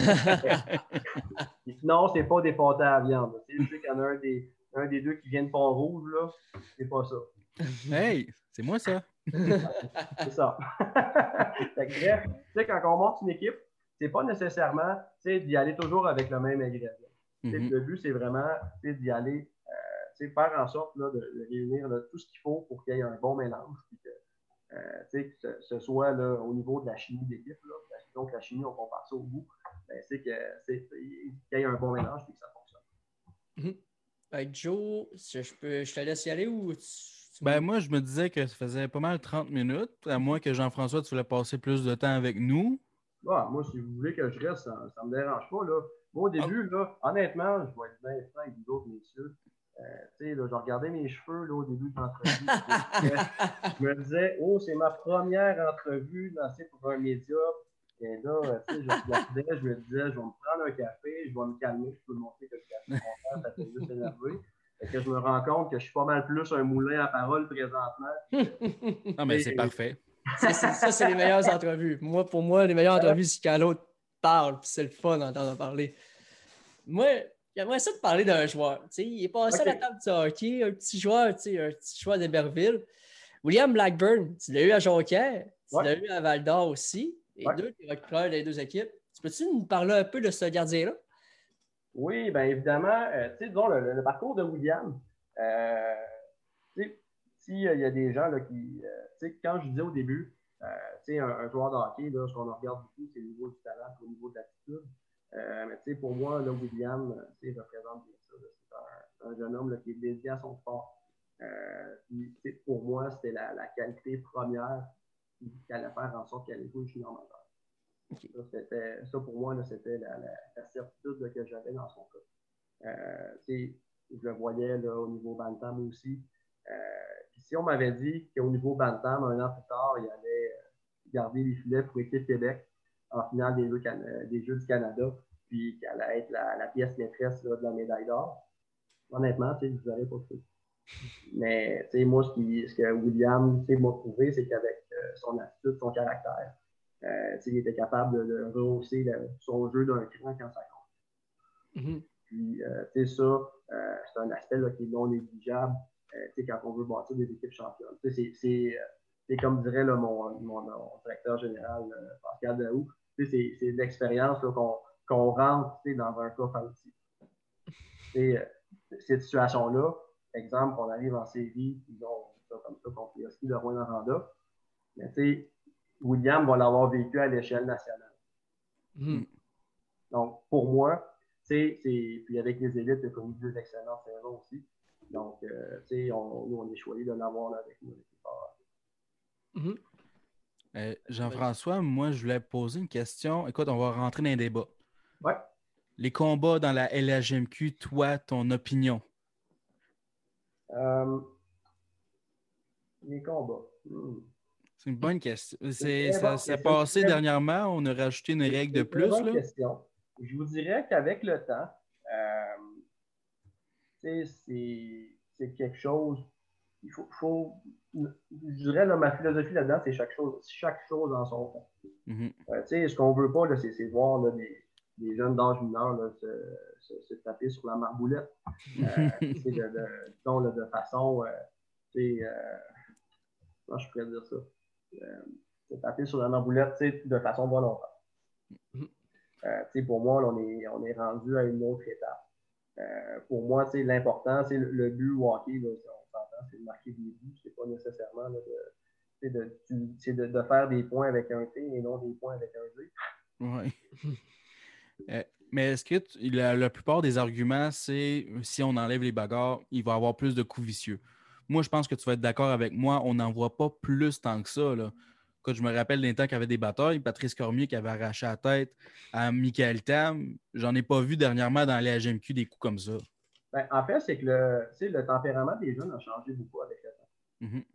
Non, c'est pas des pâtés à viande. Tu sais qu'il y en a un des deux qui vient de Pont-Rouge, là, c'est pas ça. Hey, c'est moi ça. C'est ça. Bref, quand on monte une équipe, c'est pas nécessairement d'y aller toujours avec le même ingrédient. Le but, c'est vraiment d'y aller, faire en sorte là, de réunir là, tout ce qu'il faut pour qu'il y ait un bon mélange. Puis que ce soit là, au niveau de la chimie d'équipe. Donc, la chimie, on compare ça au goût. Ben, c'est qu'il y ait un bon mélange et que ça fonctionne. Joe, je te laisse y aller ou Ben, moi, je me disais que ça faisait pas mal 30 minutes, à moins que Jean-François, tu voulais passer plus de temps avec nous. Moi, si vous voulez que je reste, ça ne me dérange pas. Là. Moi, au début, là, honnêtement, je vais être bien franc avec vous autres, messieurs. Là, je regardais mes cheveux là, au début de l'entrevue. Je me disais, c'est ma première entrevue pour un média. Et là, tu sais, je regardais, je me disais, je vais me prendre un café, je vais me calmer, je peux me montrer que le café, au contraire, ça fait juste énerver. Fait que je me rends compte que je suis pas mal plus un moulin à parole présentement. Non, mais c'est parfait. Ça, c'est les meilleures entrevues. Pour moi, les meilleures entrevues, c'est quand l'autre parle, puis c'est le fun d'entendre parler. Moi, j'aimerais ça te parler d'un joueur. Tu sais, il est passé à la table du hockey, un petit joueur, tu sais, un petit joueur d'Héberville. William Blackburn, tu l'as eu à Jonquière, tu l'as eu à Val-d'Or aussi. Les deux, tu es recruteur des deux équipes. Peux-tu nous parler un peu de ce gardien-là? Oui, bien évidemment, tu sais, disons, le parcours de William, tu sais, s'il y a des gens là, qui, tu sais, quand je disais au début, tu sais, un joueur de hockey, là, ce qu'on regarde beaucoup, c'est le niveau du talent, au niveau de l'attitude. Mais tu sais, pour moi, là, William, tu sais, représente bien ça. C'est un jeune homme là, qui est dédié à son sport. Puis, tu sais, pour moi, c'était la qualité première qui allait faire en sorte qu'elle allait jouer junior majeur. Okay. Ça, pour moi, là, c'était la certitude là, que j'avais dans son cas. Je le voyais là, au niveau Bantam aussi. Puis si on m'avait dit qu'au niveau Bantam, un an plus tard, il allait garder les filets pour l'équipe Québec en finale des Jeux du Canada, puis qu'elle allait être la pièce maîtresse là, de la médaille d'or, honnêtement, je ne vous aurais pas cru. Mais moi, ce que William m'a prouvé, c'est qu'avec son attitude, son caractère, il était capable de rehausser son jeu d'un cran quand ça compte. Mm-hmm. Puis, ça, c'est un aspect là, qui est non négligeable quand on veut bâtir des équipes championnes. C'est comme dirait là, mon directeur général, Pascal Daou, c'est de l'expérience qu'on rentre dans un coffre à outils. Cette situation-là, exemple, on arrive en série, disons, comme ça, contre les Huskies de Rouyn-Noranda, mais tu sais, William va l'avoir vécu à l'échelle nationale. Mm. Donc, pour moi, puis avec les élites, il a connu 2 excellentes saisons aussi. Donc, nous, on est choisi de l'avoir là avec nous. Jean-François, moi, je voulais poser une question. Écoute, on va rentrer dans un débat. Ouais. Les combats dans la LHMQ, toi, ton opinion? Les combats. C'est une bonne question. Ça s'est passé dernièrement. On a rajouté une règle de plus. C'est une bonne question. Je vous dirais qu'avec le temps, c'est quelque chose. Il faut je dirais, là, ma philosophie là-dedans, c'est chaque chose en son temps. Mm-hmm. Ce qu'on veut pas, là, c'est de voir là, des jeunes d'âge mineur là, se taper sur la marboulette. De façon. Comment je pourrais dire ça? Se taper sur la marboulette de façon volontaire. Pour moi, là, on est rendu à une autre étape. Pour moi, l'important, c'est le but au hockey, là, on s'entend, c'est de marquer des buts. C'est pas nécessairement là, de faire des points avec un T et non des points avec un G. Oui. Mais est-ce que la plupart des arguments, c'est si on enlève les bagarres, il va y avoir plus de coups vicieux. Moi, je pense que tu vas être d'accord avec moi, on n'en voit pas plus tant que ça. Là. Quand je me rappelle des temps qu'il y avait des batailles, Patrice Cormier qui avait arraché la tête à Michael Tam, j'en ai pas vu dernièrement dans les HMQ des coups comme ça. Ben, en fait, c'est que le tempérament des jeunes a changé beaucoup avec le temps.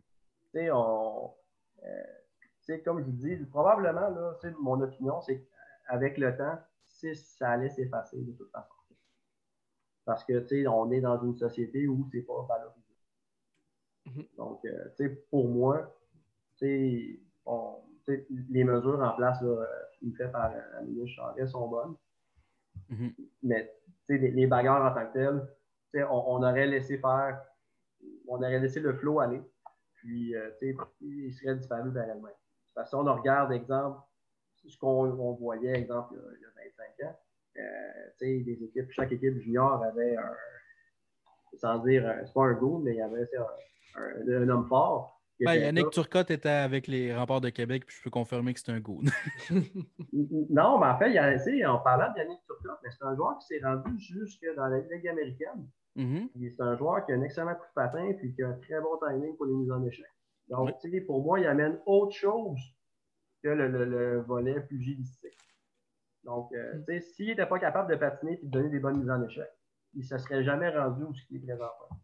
Mm-hmm. Comme je vous dis, probablement, là, mon opinion, c'est qu'avec le temps, ça allait s'effacer de toute façon. Parce que, on est dans une société où c'est pas valorisé. Mm-hmm. Donc, pour moi, les mesures en place faites par la ministre Charest sont bonnes. Mm-hmm. Mais les bagarres en tant que telles, on aurait laissé faire, on aurait laissé le flow aller, puis il serait disparu par elle-même. Parce que si on regarde, exemple, ce qu'on voyait, exemple, il y a 25 ans, des équipes, chaque équipe junior avait sans dire, c'est pas un goal, mais il y avait un homme fort. Yannick Turcotte était avec les Remparts de Québec, puis je peux confirmer que c'est un goal. Non, mais en fait, en parlant de Yannick Turcotte, c'est un joueur qui s'est rendu jusque dans la Ligue américaine. Mm-hmm. C'est un joueur qui a un excellent coup de patin et qui a un très bon timing pour les mises en échec. Donc, oui. Pour moi, il amène autre chose que le volet pugilistique. Donc, s'il n'était pas capable de patiner et de donner des bonnes mises en échec, il ne se serait jamais rendu où il est présentement.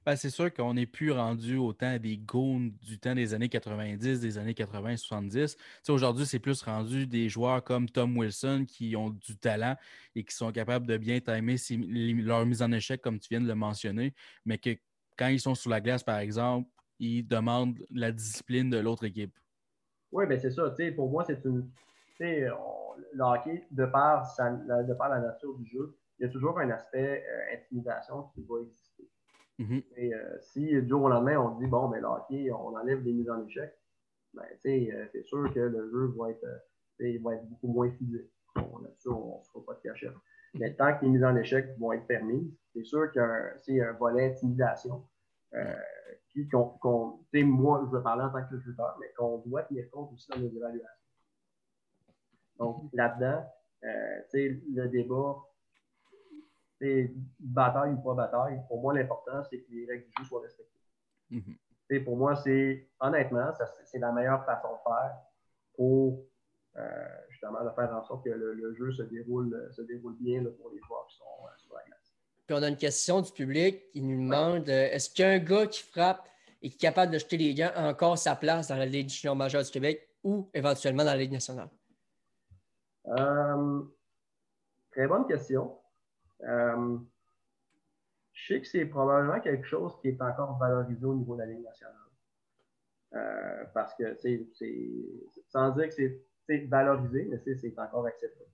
Ben, c'est sûr qu'on n'est plus rendu au temps des goons du temps des années 90, des années 80, 70. Tu sais, aujourd'hui, c'est plus rendu des joueurs comme Tom Wilson qui ont du talent et qui sont capables de bien timer leur mise en échec, comme tu viens de le mentionner, mais que quand ils sont sur la glace, par exemple, ils demandent la discipline de l'autre équipe. Oui, bien c'est ça. Tu sais, pour moi, c'est une. Tu sais, le hockey, de par la nature du jeu, il y a toujours un aspect intimidation qui va exister. Mhm. Et, si du jour au lendemain, on dit, bon, mais le hockey, on enlève les mises en échec, ben, c'est sûr que le jeu va être beaucoup moins physique. Là-dessus, on ne se fera pas de cachette. Mais tant que les mises en échec vont être permises, c'est sûr qu'il y a un volet intimidation. Ouais. Puis moi, je veux parler en tant que recruteur, mais qu'on doit tenir compte aussi dans nos évaluations. Donc, là-dedans, le débat, bataille ou pas bataille, pour moi, l'important, c'est que les règles du jeu soient respectées. Pour moi, honnêtement, c'est la meilleure façon de faire pour justement de faire en sorte que le jeu se déroule bien là, pour les joueurs qui sont sur la glace. Puis on a une question du public qui nous demande est-ce qu'un gars qui frappe et qui est capable de jeter les gants a encore sa place dans la Ligue junior majeure du Québec ou éventuellement dans la Ligue nationale? Très bonne question. Je sais que c'est probablement quelque chose qui est encore valorisé au niveau de la Ligue nationale. Parce que, sans dire que c'est valorisé, mais c'est encore accepté.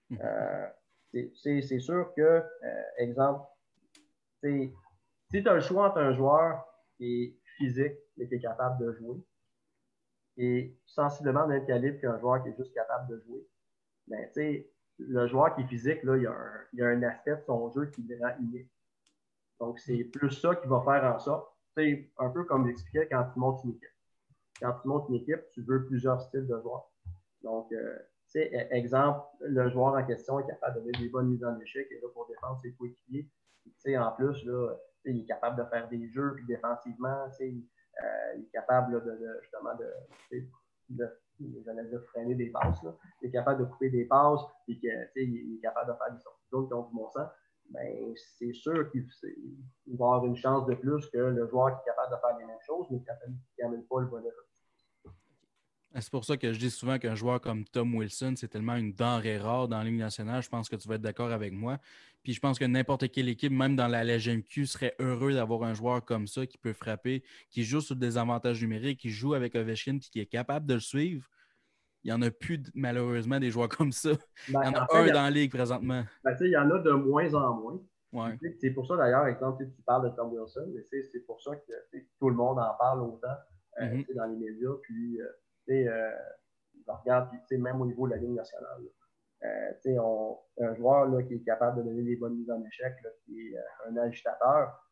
C'est sûr que, exemple, si tu as le choix entre un joueur qui est physique et qui est capable de jouer, et sensiblement d'un calibre qu'un joueur qui est juste capable de jouer, ben, le joueur qui est physique, là, il y a un aspect de son jeu qui le rend unique. Donc, c'est plus ça qui va faire en sorte, un peu comme j'expliquais quand tu montes une équipe. Quand tu montes une équipe, tu veux plusieurs styles de joueurs. Donc, exemple, le joueur en question est capable de donner des bonnes mises en échec et là, pour défendre ses coéquipiers. En plus, là, il est capable de faire des jeux, puis défensivement, il est capable là, justement j'allais dire freiner des passes. Là. Il est capable de couper des passes, puis il est capable de faire des sorties de zone qui ont du bon sens. Ben, c'est sûr qu'il va avoir une chance de plus que le joueur qui est capable de faire les mêmes choses, mais qui n'amène pas le volet. C'est pour ça que je dis souvent qu'un joueur comme Tom Wilson, c'est tellement une denrée rare dans la Ligue nationale. Je pense que tu vas être d'accord avec moi. Puis je pense que n'importe quelle équipe, même dans la LGMQ, serait heureux d'avoir un joueur comme ça qui peut frapper, qui joue sur des avantages numériques, qui joue avec Ovechkin, puis qui est capable de le suivre. Il n'y en a plus, malheureusement, des joueurs comme ça. Ben, Il y en a en fait, un dans la Ligue présentement. Ben, il y en a de moins en moins. Ouais. C'est pour ça, d'ailleurs, exemple, tu parles de Tom Wilson, mais c'est pour ça que tout le monde en parle autant dans les médias. Puis, je regarde, puis, même au niveau de la Ligue nationale. Un joueur là, qui est capable de donner des bonnes mises en échec, là, qui est un agitateur.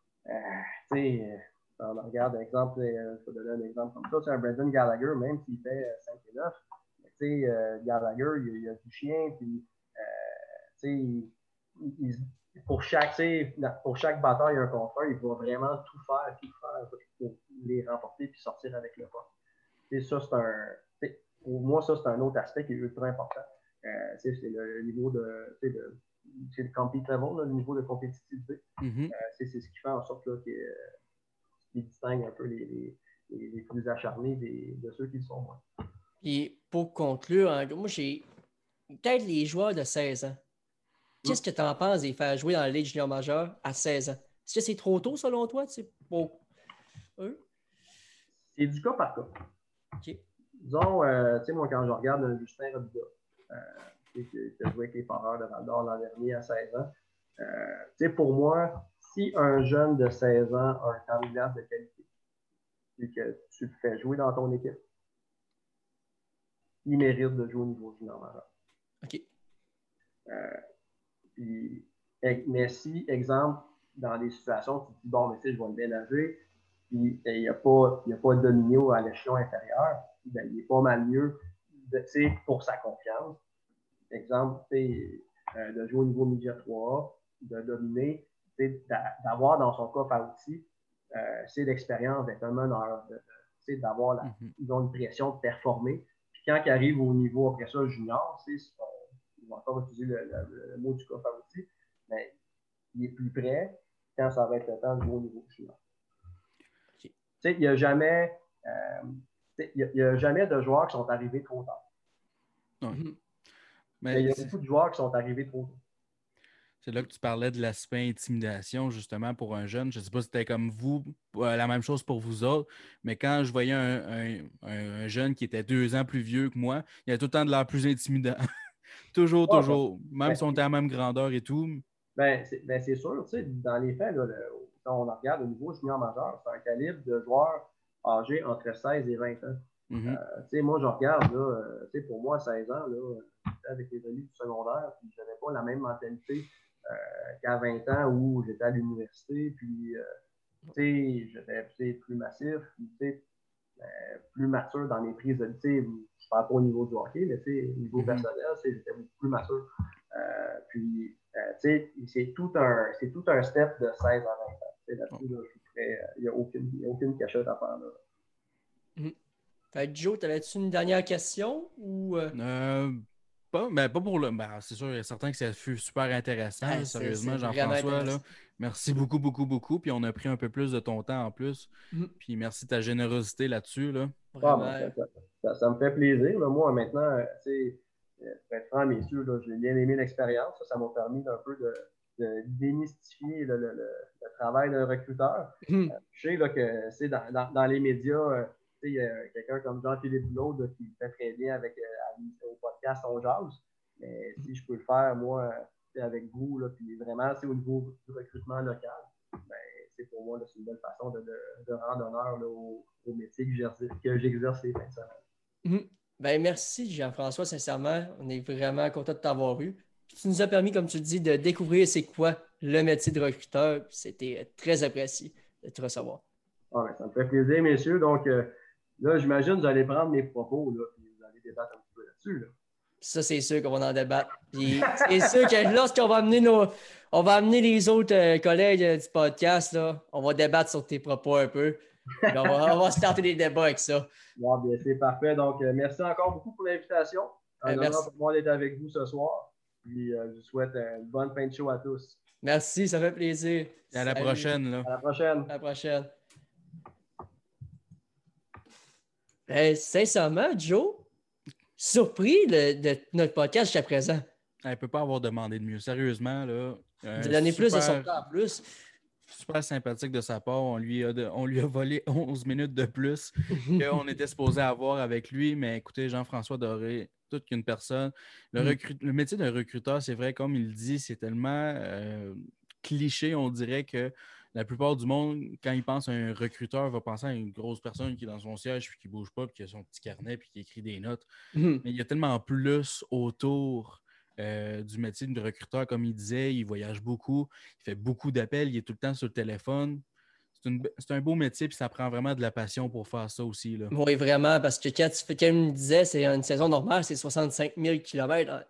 On regarde, exemple, je vais donner un exemple comme ça, c'est un Brendan Gallagher, même s'il fait 5 et 9. Gallagher, il a du chien, puis pour chaque bataille, un contre un, il va vraiment tout faire pour les remporter puis sortir avec le pas. Ça, pour moi, ça, c'est un autre aspect qui est ultra important. C'est le niveau c'est le compete level, là, le niveau de compétitivité. C'est ce qui fait en sorte là, qui distingue un peu les plus acharnés de ceux qui le sont moins. Et pour conclure, moi, j'ai peut-être les joueurs de 16 ans. Qu'est-ce que tu en penses de les faire jouer dans la Ligue junior majeure à 16 ans? Est-ce que c'est trop tôt selon toi? Pour eux? C'est du cas par cas. Okay. Disons, moi, quand je regarde Justin Robida, qui a joué avec les Foreurs de Val-d'Or l'an dernier à 16 ans, pour moi, si un jeune de 16 ans a un temps de glace de qualité et que tu le fais jouer dans ton équipe, il mérite de jouer au niveau junior majeur. OK. Mais si, exemple, dans des situations, tu te dis, bon, mais je vais le ménager, puis il n'y a pas de domino à l'échelon inférieur, ben, il est pas mal mieux pour sa confiance. Exemple, de jouer au niveau midget 3A, de dominer, d'avoir dans son coffre à outils, c'est l'expérience d'être un meneur, d'avoir ils ont une pression de performer. Puis quand ils arrivent au niveau après ça junior, ils vont encore utiliser le mot du coffre à outils, mais il est plus prêt, quand ça va être le temps de jouer au niveau junior. Okay. Il n'y a jamais de joueurs qui sont arrivés trop tard. Ouais. Mais il y a beaucoup de joueurs qui sont arrivés trop tôt. C'est là que tu parlais de l'aspect intimidation, justement, pour un jeune. Je ne sais pas si c'était comme vous, la même chose pour vous autres, mais quand je voyais un jeune qui était 2 ans plus vieux que moi, il y a tout le temps de l'air plus intimidant. Toujours. Même si on était à la même grandeur et tout. C'est sûr, tu sais, dans les faits, là, quand on regarde au niveau junior majeur, c'est un calibre de joueurs âgés entre 16 et 20 ans. Moi, je regarde, là, pour moi, 16 ans, là, avec les amis du secondaire, puis je n'avais pas la même mentalité qu'à 20 ans où j'étais à l'université, puis j'étais plus massif, puis plus mature dans mes prises de décision. Je ne parle pas au niveau du hockey, mais au niveau personnel, j'étais beaucoup plus mature. C'est tout un step de 16 à 20 ans. Là-dessus, il n'y a aucune cachette à faire. Là. Fait que Joe, t'avais-tu une dernière question? Ou pas pour le. C'est sûr, il y a certains que ça fut super intéressant. Sérieusement, Jean-François, là, merci beaucoup, beaucoup, beaucoup. Puis on a pris un peu plus de ton temps en plus. Puis merci de ta générosité là-dessus. Là. Ça me fait plaisir. Là. Moi, maintenant, pour être franc, messieurs, j'ai bien aimé l'expérience. Ça m'a permis d'un peu de démystifier le travail d'un recruteur. Je sais là, que dans les médias, il y a quelqu'un comme Jean-Philippe Boulot qui fait très bien avec au podcast On Jase. Mais si je peux le faire, moi, avec vous, là, puis vraiment, au niveau du recrutement local, pour moi, c'est une belle façon de rendre honneur là, au métier que j'exerce les fins de semaine. Merci, Jean-François, sincèrement. On est vraiment content de t'avoir eu. Tu nous as permis, comme tu dis, de découvrir c'est quoi le métier de recruteur. C'était très apprécié de te recevoir. Ça me fait plaisir, messieurs. Donc, là, j'imagine que vous allez prendre mes propos là, puis vous allez débattre un petit peu là-dessus. Là. Ça, c'est sûr qu'on va en débattre. Puis, c'est sûr que lorsqu'on va amener les autres collègues du podcast, là, on va débattre sur tes propos un peu. Puis on va starter des débats avec ça. Bon, bien, c'est parfait. Donc, merci encore beaucoup pour l'invitation. Un honneur pour moi d'être avec vous ce soir. Puis, je vous souhaite une bonne fin de show à tous. Merci, ça fait plaisir. Et à la prochaine. Là. À la prochaine. À la prochaine. Sincèrement, Joe, surpris de notre podcast jusqu'à présent. Elle ne peut pas avoir demandé de mieux. Sérieusement, là. De l'année plus de son temps en plus. Super sympathique de sa part. On lui a volé 11 minutes de plus qu'on était supposé avoir avec lui. Mais écoutez, Jean-François Doré, toute qu'une personne. Le métier d'un recruteur, c'est vrai, comme il dit, c'est tellement cliché, on dirait que la plupart du monde, quand il pense à un recruteur, va penser à une grosse personne qui est dans son siège, puis qui ne bouge pas, puis qui a son petit carnet, puis qui écrit des notes. Mais il y a tellement plus autour du métier de recruteur, comme il disait. Il voyage beaucoup, il fait beaucoup d'appels, il est tout le temps sur le téléphone. C'est un beau métier, puis ça prend vraiment de la passion pour faire ça aussi. Là. Oui, vraiment, parce que comme il me disait, c'est une saison normale, c'est 65 000 km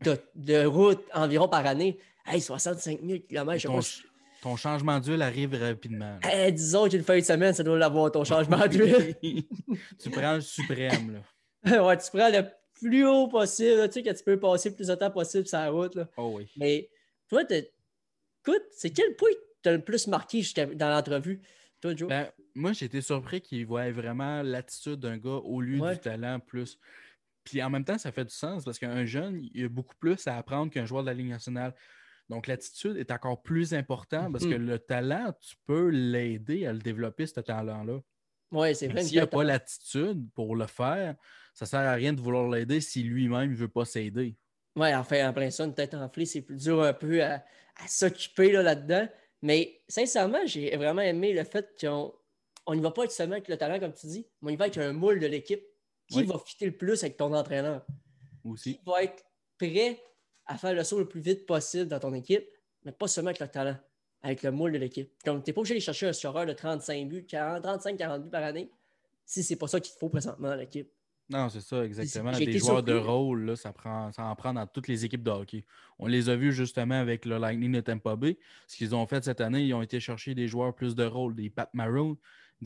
de route environ par année. Hey, 65 000 km, ton changement d'huile arrive rapidement. Disons qu'une fin de semaine, ça doit l'avoir, ton changement d'huile. Tu prends le suprême. Là. Ouais, tu prends le plus haut possible, là, tu sais, que tu peux passer le plus de temps possible sur la route. Là. Oh oui. Mais toi, écoute, c'est quel point t'as le plus marqué dans l'entrevue, toi, Joe? Moi, j'ai été surpris qu'il voit vraiment l'attitude d'un gars au lieu du talent plus. Puis en même temps, ça fait du sens parce qu'un jeune, il a beaucoup plus à apprendre qu'un joueur de la Ligue nationale. Donc, l'attitude est encore plus importante parce que le talent, tu peux l'aider à le développer, ce talent-là. Oui, c'est vrai. S'il n'a pas l'attitude pour le faire, ça ne sert à rien de vouloir l'aider si lui-même ne veut pas s'aider. Oui, enfin, en plein ça, une tête enflée, c'est plus dur un peu à s'occuper là-dedans. Mais sincèrement, j'ai vraiment aimé le fait qu'on n'y va pas seulement avec le talent, comme tu dis, mais on y va avec un moule de l'équipe. Qui va fitter le plus avec ton entraîneur? Aussi. Qui va être prêt à faire le saut le plus vite possible dans ton équipe, mais pas seulement avec le talent, avec le moule de l'équipe. Comme tu n'es pas obligé d'aller chercher un scoreur de 35 buts, 35-40 buts par année, si c'est pas ça qu'il te faut présentement à l'équipe. Non, c'est ça, exactement. Des joueurs de rôle, là, ça en prend dans toutes les équipes de hockey. On les a vus justement avec le Lightning de Tampa Bay. Ce qu'ils ont fait cette année, ils ont été chercher des joueurs plus de rôle, des Pat Maroon,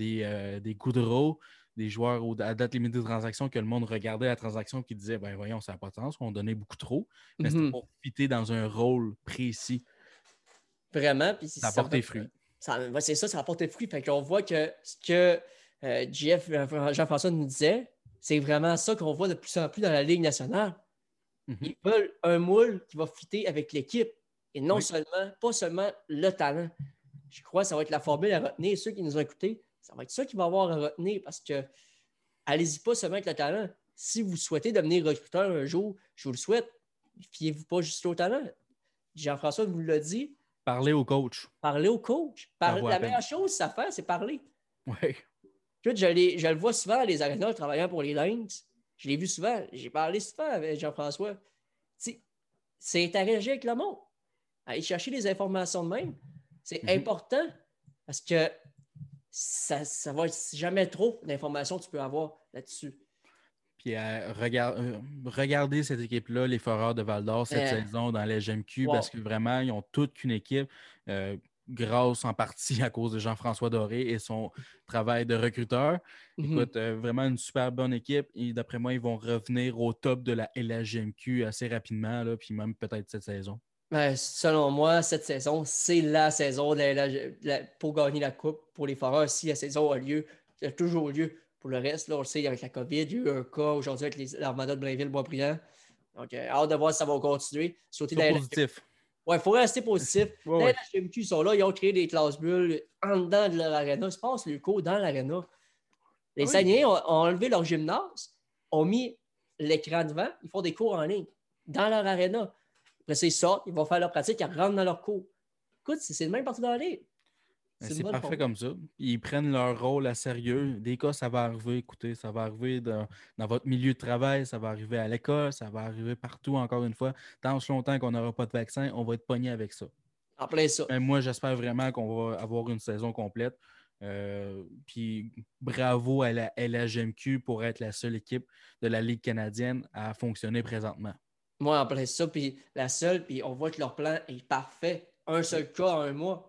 des Goudreau, des joueurs à date limitée de transaction que le monde regardait la transaction et disait ben voyons, ça n'a pas de sens, on donnait beaucoup trop. Mais c'était pour fitter dans un rôle précis. Vraiment. Puis ça a porté fruit. c'est ça a porté fruit. Fait qu'on voit que ce que Jean-François nous disait, c'est vraiment ça qu'on voit de plus en plus dans la Ligue nationale. Ils veulent un moule qui va fitter avec l'équipe et non pas seulement le talent. Je crois que ça va être la formule à retenir. Ceux qui nous ont écoutés, ça va être ça qu'il va avoir à retenir parce que allez-y pas seulement avec le talent. Si vous souhaitez devenir recruteur un jour, je vous le souhaite, fiez-vous pas juste au talent. Jean-François vous l'a dit. Parlez au coach. Parlez au coach. La meilleure chose à faire, c'est parler. Oui. Je le vois souvent dans les arénas travaillant pour les Lynx. Je l'ai vu souvent. J'ai parlé souvent avec Jean-François. C'est interagir avec le monde. Aller chercher des informations de même. C'est important parce que ça va être jamais trop d'informations que tu peux avoir là-dessus. Puis regardez cette équipe-là, les Foreurs de Val-d'Or, cette saison dans la GMQ, parce que vraiment, ils ont toute qu'une équipe, grâce en partie à cause de Jean-François Doré et son travail de recruteur. Écoute, vraiment une super bonne équipe. Et d'après moi, ils vont revenir au top de la LHGMQ assez rapidement, là, puis même peut-être cette saison. Selon moi, cette saison, c'est la saison pour gagner la Coupe pour les Foreurs. Si la saison a lieu, il y a toujours lieu. Pour le reste, là, on le sait, avec la COVID, il y a eu un cas aujourd'hui avec l'Armada de Blainville-Boisbriand. Donc, hâte de voir si ça va continuer. C'est positif. Oui, il faut rester positif. Ouais. Les LHGMQ sont là, ils ont créé des classes bulles en dedans de l'aréna. Ils se passent le cours dans l'aréna. Les Saguenayens ont enlevé leur gymnase, ont mis l'écran devant, ils font des cours en ligne dans leur aréna. Après ça, ils sortent, ils vont faire leur pratique, ils rentrent dans leur cours. Écoute, c'est le même partout dans la ligue. C'est parfait comme ça. Ils prennent leur rôle à sérieux. Des cas, ça va arriver. Écoutez, ça va arriver dans votre milieu de travail, ça va arriver à l'école, ça va arriver partout, encore une fois. Tant aussi longtemps qu'on n'aura pas de vaccin, on va être pogné avec ça. En plein ça. Mais moi, j'espère vraiment qu'on va avoir une saison complète. Puis bravo à la LHGMQ pour être la seule équipe de la Ligue canadienne à fonctionner présentement. Moi, en plein ça, puis la seule, puis on voit que leur plan est parfait. Un seul cas en un mois.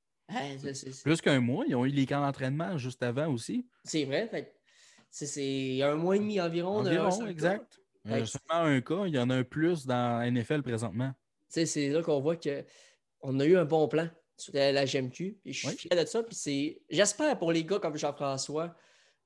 Plus qu'un mois, ils ont eu les camps d'entraînement juste avant aussi. C'est vrai, c'est un mois et demi environ. Exact. Seulement un cas, il y en a un plus dans la NFL présentement. C'est là qu'on voit qu'on a eu un bon plan sur la GMQ. Puis je suis fier de ça. Puis j'espère pour les gars comme Jean-François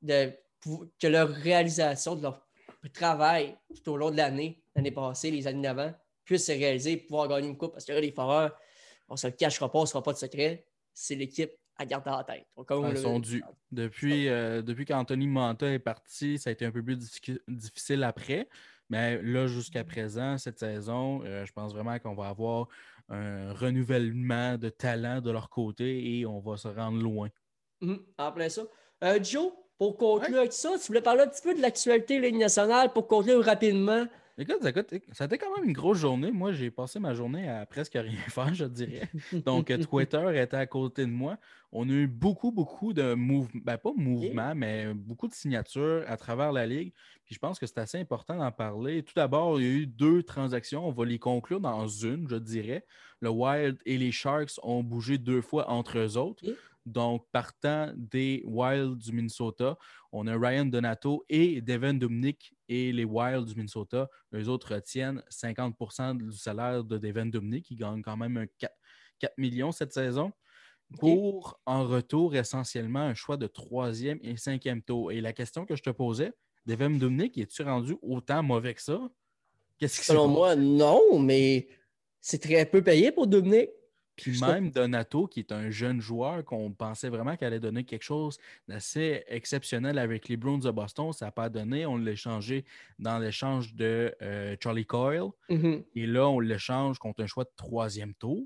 que leur réalisation de leur travail tout au long de l'année passée, les années d'avant, puisse se réaliser et pouvoir gagner une coupe. Parce que là, les Foreurs, on ne se le cachera pas, on ne sera pas de secret. C'est l'équipe à garder en tête. Ils sont dus. Depuis qu'Anthony Manta est parti, ça a été un peu plus difficile après. Mais là, jusqu'à présent, cette saison, je pense vraiment qu'on va avoir un renouvellement de talent de leur côté et on va se rendre loin. En plein ça. Joe, pour conclure avec ça, tu voulais parler un petit peu de l'actualité de la Ligue nationale pour conclure rapidement. Écoute, ça a été quand même une grosse journée. Moi, j'ai passé ma journée à presque rien faire, je dirais. Donc, Twitter était à côté de moi. On a eu beaucoup de mouvements, pas mouvements, mais beaucoup de signatures à travers la Ligue. Puis je pense que c'est assez important d'en parler. Tout d'abord, il y a eu 2 transactions. On va les conclure dans une, je dirais. Le Wild et les Sharks ont bougé 2 fois entre eux autres. Donc, partant des Wild du Minnesota, on a Ryan Donato et Devin Dubnyk et les Wild du Minnesota. Eux autres retiennent 50% du salaire de Devin Dubnyk, qui gagne quand même 4 millions cette saison, pour en retour essentiellement un choix de 3e et 5e tour. Et la question que je te posais, Devin Dubnyk, es-tu rendu autant mauvais que ça? Qu'est-ce qui Selon moi, non, mais c'est très peu payé pour Dubnyk. Puis même Donato, qui est un jeune joueur qu'on pensait vraiment qu'il allait donner quelque chose d'assez exceptionnel avec les Bruins de Boston, ça n'a pas donné. On l'a échangé dans l'échange de Charlie Coyle. Et là, on l'échange contre un choix de 3e tour.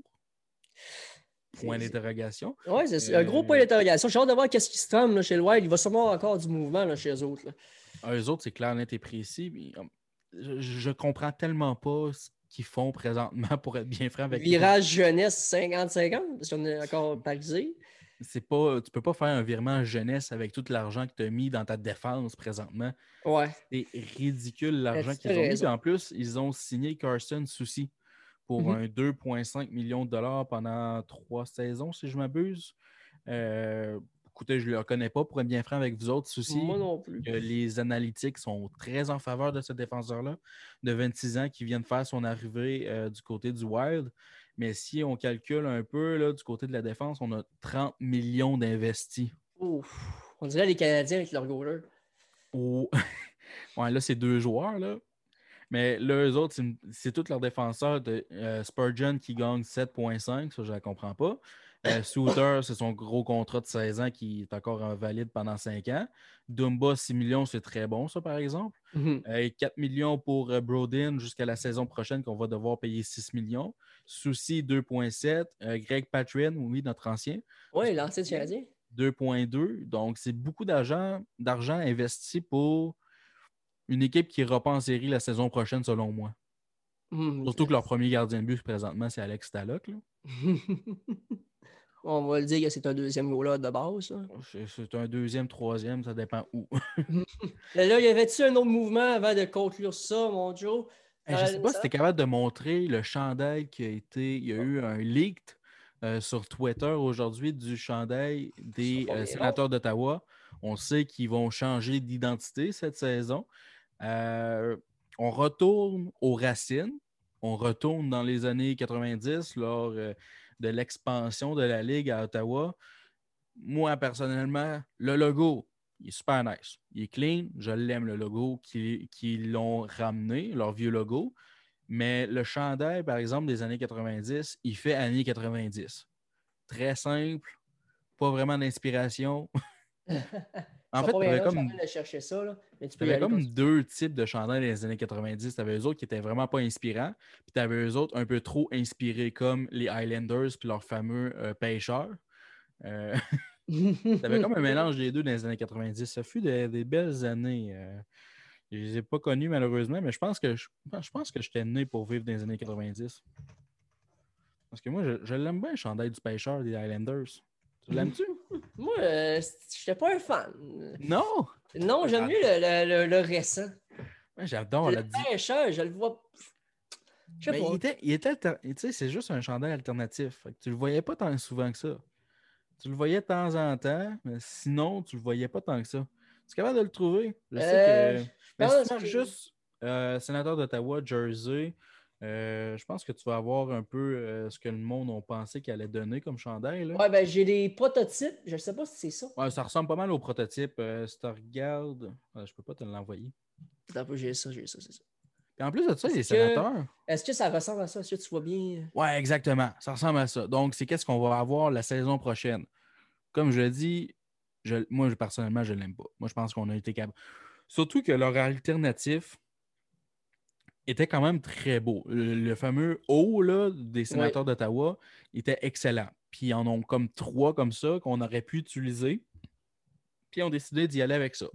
Point d'interrogation. Oui, c'est un gros point d'interrogation. J'ai hâte de voir qu'est-ce qui se trame chez le Wild. Il va sûrement avoir encore du mouvement là, chez eux autres. Eux autres, c'est clair, net et précis. Je comprends tellement pas qu'ils font présentement, pour être bien franc avec virage jeunesse 50-50, parce qu'on est encore parisé. Tu peux pas faire un virement jeunesse avec tout l'argent que tu as mis dans ta défense présentement. Ouais. C'est ridicule l'argent qu'ils ont mis. Puis en plus, ils ont signé Carson Soucy pour un 2,5 millions de dollars pendant 3 saisons, si je m'abuse. Écoutez, je ne le connais pas, pour être bien franc avec vous autres. Soucy, moi non plus. Les analytiques sont très en faveur de ce défenseur-là, de 26 ans, qui vient de faire son arrivée du côté du Wild. Mais si on calcule un peu là, du côté de la défense, on a 30 millions d'investis. Ouf. On dirait les Canadiens avec leur goaler. Oh. Ouais, là, c'est 2 joueurs, là. Mais là, eux autres, c'est tous leurs défenseurs de Spurgeon qui gagne 7,5, ça, je ne comprends pas. Suter, c'est son gros contrat de 16 ans qui est encore valide pendant 5 ans. Dumba, 6 millions, c'est très bon, ça, par exemple. 4 millions pour Brodin jusqu'à la saison prochaine, qu'on va devoir payer 6 millions. Soucy, 2,7. Greg Patrick, oui, notre ancien. Oui, l'ancien Canadien. 2,2. Donc, c'est beaucoup d'argent investi pour une équipe qui ira pas en série la saison prochaine, selon moi. Surtout que leur premier gardien de but, présentement, c'est Alex Stalock. On va le dire que c'est un deuxième goaler de base. C'est un deuxième, troisième, ça dépend où. Là, y avait-tu un autre mouvement avant de conclure ça, mon Joe? Je ne sais pas si tu es capable de montrer le chandail qui a été... Il y a eu un leak sur Twitter aujourd'hui du chandail des sénateurs d'Ottawa. On sait qu'ils vont changer d'identité cette saison. On retourne aux racines. On retourne dans les années 90 lors de l'expansion de la Ligue à Ottawa. Moi, personnellement, le logo, il est super nice. Il est clean. Je l'aime, le logo qu'ils l'ont ramené, leur vieux logo. Mais le chandail, par exemple, des années 90, il fait années 90. Très simple, pas vraiment d'inspiration. En fait, tu avais comme deux types de chandails dans les années 90. Tu avais eux autres qui étaient vraiment pas inspirants, puis tu avais eux autres un peu trop inspirés, comme les Highlanders puis leurs fameux pêcheurs. Tu avais comme un mélange des deux dans les années 90. Ça fut des belles années. Je ne les ai pas connues malheureusement, mais je pense que j'étais né pour vivre dans les années 90. Parce que moi, je l'aime bien, le chandail du pêcheur des Highlanders. Tu l'aimes-tu? Moi, je n'étais pas un fan. Non! Non, j'aime mieux le récent. Ouais, j'adore la pêcheur, je le vois. Je sais pas. Il était tu sais, c'est juste un chandail alternatif. Fait que tu le voyais pas tant souvent que ça. Tu le voyais de temps en temps, mais sinon, tu le voyais pas tant que ça. Tu es capable de le trouver? Je sais que. Mais si tu marques juste sénateur d'Ottawa, Jersey, je pense que tu vas avoir un peu ce que le monde a pensé qu'il allait donner comme chandail. Là. Ouais, ben j'ai des prototypes. Je sais pas si c'est ça. Ouais, ça ressemble pas mal au prototype. Si tu regardes. Je peux pas te l'envoyer. J'ai ça, c'est ça. Et en plus de ça, il y a des sénateurs. Est-ce que ça ressemble à ça? Est-ce que tu vois bien? Ouais, exactement. Ça ressemble à ça. Donc, c'est qu'est-ce qu'on va avoir la saison prochaine. Comme je l'ai dit, moi, personnellement, je ne l'aime pas. Moi, je pense qu'on a été capable. Surtout que leur alternatif était quand même très beau. Le fameux haut là, des sénateurs d'Ottawa était excellent. Puis ils en ont comme 3 comme ça qu'on aurait pu utiliser. Puis ils ont décidé d'y aller avec ça.